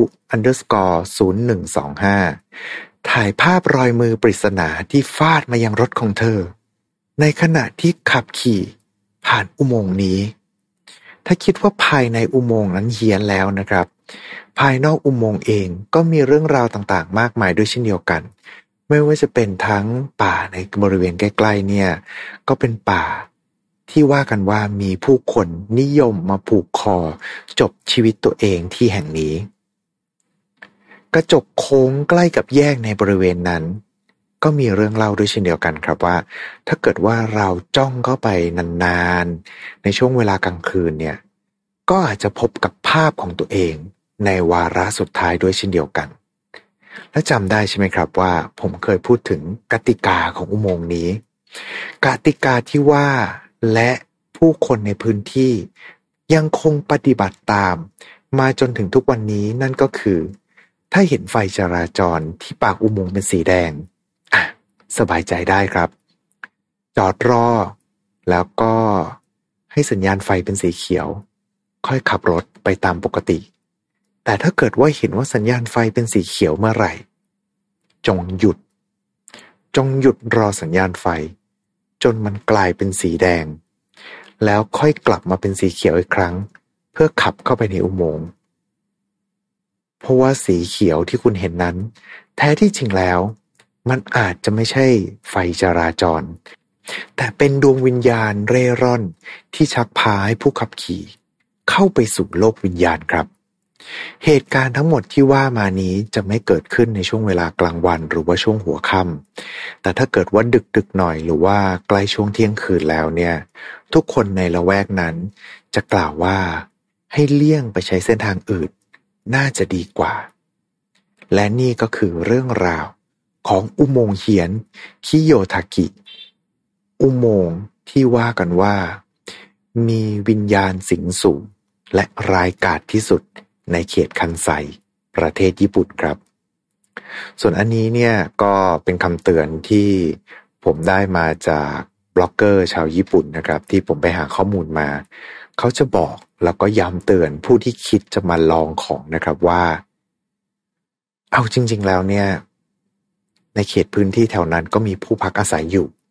_0125ถ่ายภาพรอยมือปริศนาที่ฟาดมายังรถของเธอในขณะที่ขับขี่ผ่านอุโมงค์นี้ถ้าคิดว่าภายในอุโมงค์นั้นเฮี้ยนแล้วนะครับภายนอกอุโมงค์เองก็มีเรื่องราวต่างๆมากมายด้วยเช่นเดียวกันไม่ว่าจะเป็นทั้งป่าในบริเวณใกล้ๆเนี่ยก็เป็นป่าที่ว่ากันว่ามีผู้คนนิยมมาผูกคอจบชีวิตตัวเองที่แห่งนี้กระจกโค้งใกล้กับแยกในบริเวณนั้นก็มีเรื่องเล่าด้วยเช่นเดียวกันครับว่าถ้าเกิดว่าเราจ้องเข้าไปนานๆในช่วงเวลากลางคืนเนี่ยก็อาจจะพบกับภาพของตัวเองในวาระสุดท้ายด้วยเช่นเดียวกันและจำได้ใช่ไหมครับว่าผมเคยพูดถึงกติกาของอุโมงค์นี้กติกาที่ว่าและผู้คนในพื้นที่ยังคงปฏิบัติตามมาจนถึงทุกวันนี้นั่นก็คือถ้าเห็นไฟจราจรที่ปากอุโมงค์เป็นสีแดงสบายใจได้ครับจอดรอแล้วก็ให้สัญญาณไฟเป็นสีเขียวค่อยขับรถไปตามปกติแต่ถ้าเกิดว่าเห็นว่าสัญญาณไฟเป็นสีเขียวเมื่อไหร่จงหยุดรอสัญญาณไฟจนมันกลายเป็นสีแดงแล้วค่อยกลับมาเป็นสีเขียวอีกครั้งเพื่อขับเข้าไปในอุโมงค์เพราะว่าสีเขียวที่คุณเห็นนั้นแท้ที่จริงแล้วมันอาจจะไม่ใช่ไฟจราจรแต่เป็นดวงวิญญาณเร่ร่อนที่ชักพาให้ผู้ขับขี่เข้าไปสู่โลกวิญญาณครับเหตุการณ์ทั้งหมดที่ว่ามานี้จะไม่เกิดขึ้นในช่วงเวลากลางวันหรือว่าช่วงหัวค่ำแต่ถ้าเกิดว่าดึกหน่อยหรือว่าใกล้ช่วงเที่ยงคืนแล้วเนี่ยทุกคนในละแวกนั้นจะกล่าวว่าให้เลี่ยงไปใช้เส้นทางอื่นน่าจะดีกว่าและนี่ก็คือเรื่องราวของอุโมงค์เฮียนคิโยทากิอุโมงค์ที่ว่ากันว่ามีวิญญาณสิงสู่และร้ายกาจที่สุดในเขตคันไซประเทศญี่ปุ่นครับส่วนอันนี้เนี่ยก็เป็นคำเตือนที่ผมได้มาจากบล็อกเกอร์ชาวญี่ปุ่นนะครับที่ผมไปหาข้อมูลมาเขาจะบอกแล้วก็ย้ำเตือนผู้ที่คิดจะมาลองของนะครับว่าเอาจริงๆแล้วเนี่ยในเขตพื้นที่แถวนั้นก็มีผู้พักอาศัยอยู่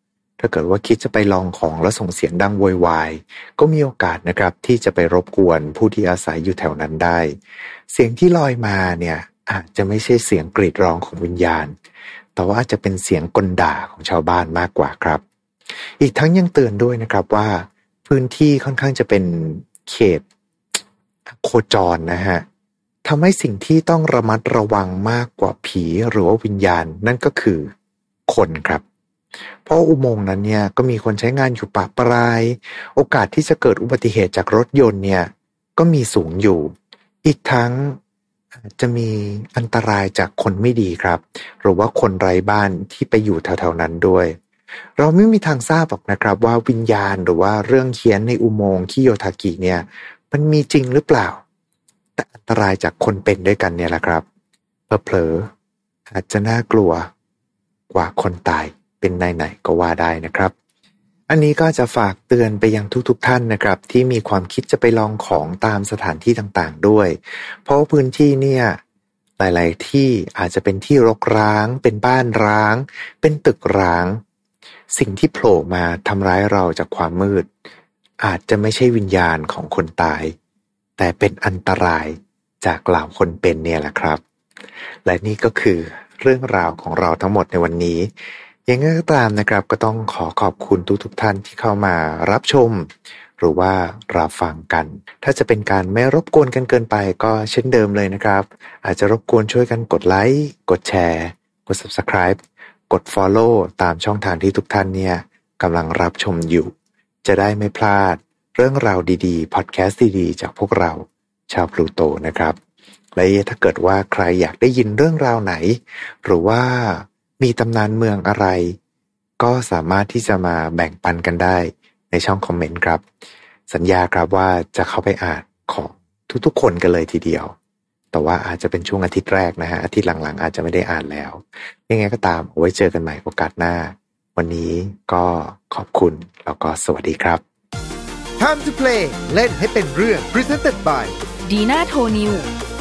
ถ้าเกิดว่าคิดจะไปลองของแล้วส่งเสียงดังโวยวายก็มีโอกาสนะครับที่จะไปรบกวนผู้ที่อาศัยอยู่แถวนั้นได้เสียงที่ลอยมาเนี่ยอาจจะไม่ใช่เสียงกรีดร้องของวิญญาณแต่ว่าอาจจะเป็นเสียงกลด่าของชาวบ้านมากกว่าครับอีกทั้งยังเตือนด้วยนะครับว่าพื้นที่ค่อนข้างจะเป็นเขตโคจรนะฮะทำให้สิ่งที่ต้องระมัดระวังมากกว่าผีหรือว่าวิญญาณนั่นก็คือคนครับเพราะอุโมงค์นั้นเนี่ยก็มีคนใช้งานอยู่ปะปรายโอกาสที่จะเกิดอุบัติเหตุจากรถยนต์เนี่ยก็มีสูงอยู่อีกทั้งจะมีอันตรายจากคนไม่ดีครับหรือว่าคนไร้บ้านที่ไปอยู่แถวๆนั้นด้วยเราไม่มีทางทราบหรอกนะครับว่าวิญญาณหรือว่าเรื่องเฮี้ยนในอุโมงค์คิโยทากิเนี่ยมันมีจริงหรือเปล่าแต่อันตรายจากคนเป็นด้วยกันเนี่ยแหละครับเผลอๆอาจจะน่ากลัวกว่าคนตายเป็นไหนๆก็ว่าได้นะครับอันนี้ก็จะฝากเตือนไปยังทุกๆท่านนะครับที่มีความคิดจะไปลองของตามสถานที่ต่างๆด้วยเพราะพื้นที่เนี่ยหลายๆที่อาจจะเป็นที่รกร้างเป็นบ้านร้างเป็นตึกร้างสิ่งที่โผล่มาทำร้ายเราจากความมืดอาจจะไม่ใช่วิญญาณของคนตายแต่เป็นอันตรายจากเหล่าคนเป็นเนี่ยแหละครับและนี่ก็คือเรื่องราวของเราทั้งหมดในวันนี้ยังไงก็ตามนะครับก็ต้องขอบคุณทุกท่านที่เข้ามารับชมหรือว่ารับฟังกันถ้าจะเป็นการไม่รบกวนกันเกินไปก็เช่นเดิมเลยนะครับอาจจะรบกวนช่วยกันกดไลค์กดแชร์กด Subscribe กด Follow ตามช่องทางที่ทุกท่านเนี่ยกำลังรับชมอยู่จะได้ไม่พลาดเรื่องราวดีๆพอดแคสต์ดีๆจากพวกเราชาวพลูโตนะครับและถ้าเกิดว่าใครอยากได้ยินเรื่องราวไหนหรือว่ามีตำนานเมืองอะไรก็สามารถที่จะมาแบ่งปันกันได้ในช่องคอมเมนต์ครับสัญญาครับว่าจะเข้าไปอ่านของทุกๆคนกันเลยทีเดียวแต่ว่าอาจจะเป็นช่วงอาทิตย์แรกนะฮะอาทิตย์หลังๆอาจจะไม่ได้อ่านแล้วยังไงก็ตามเอาไว้เจอกันใหม่โอกาสหน้าวันนี้ก็ขอบคุณแล้วก็สวัสดีครับ Time to play เล่นให้เป็นเรื่อง Presented by ดีน่าโทนิว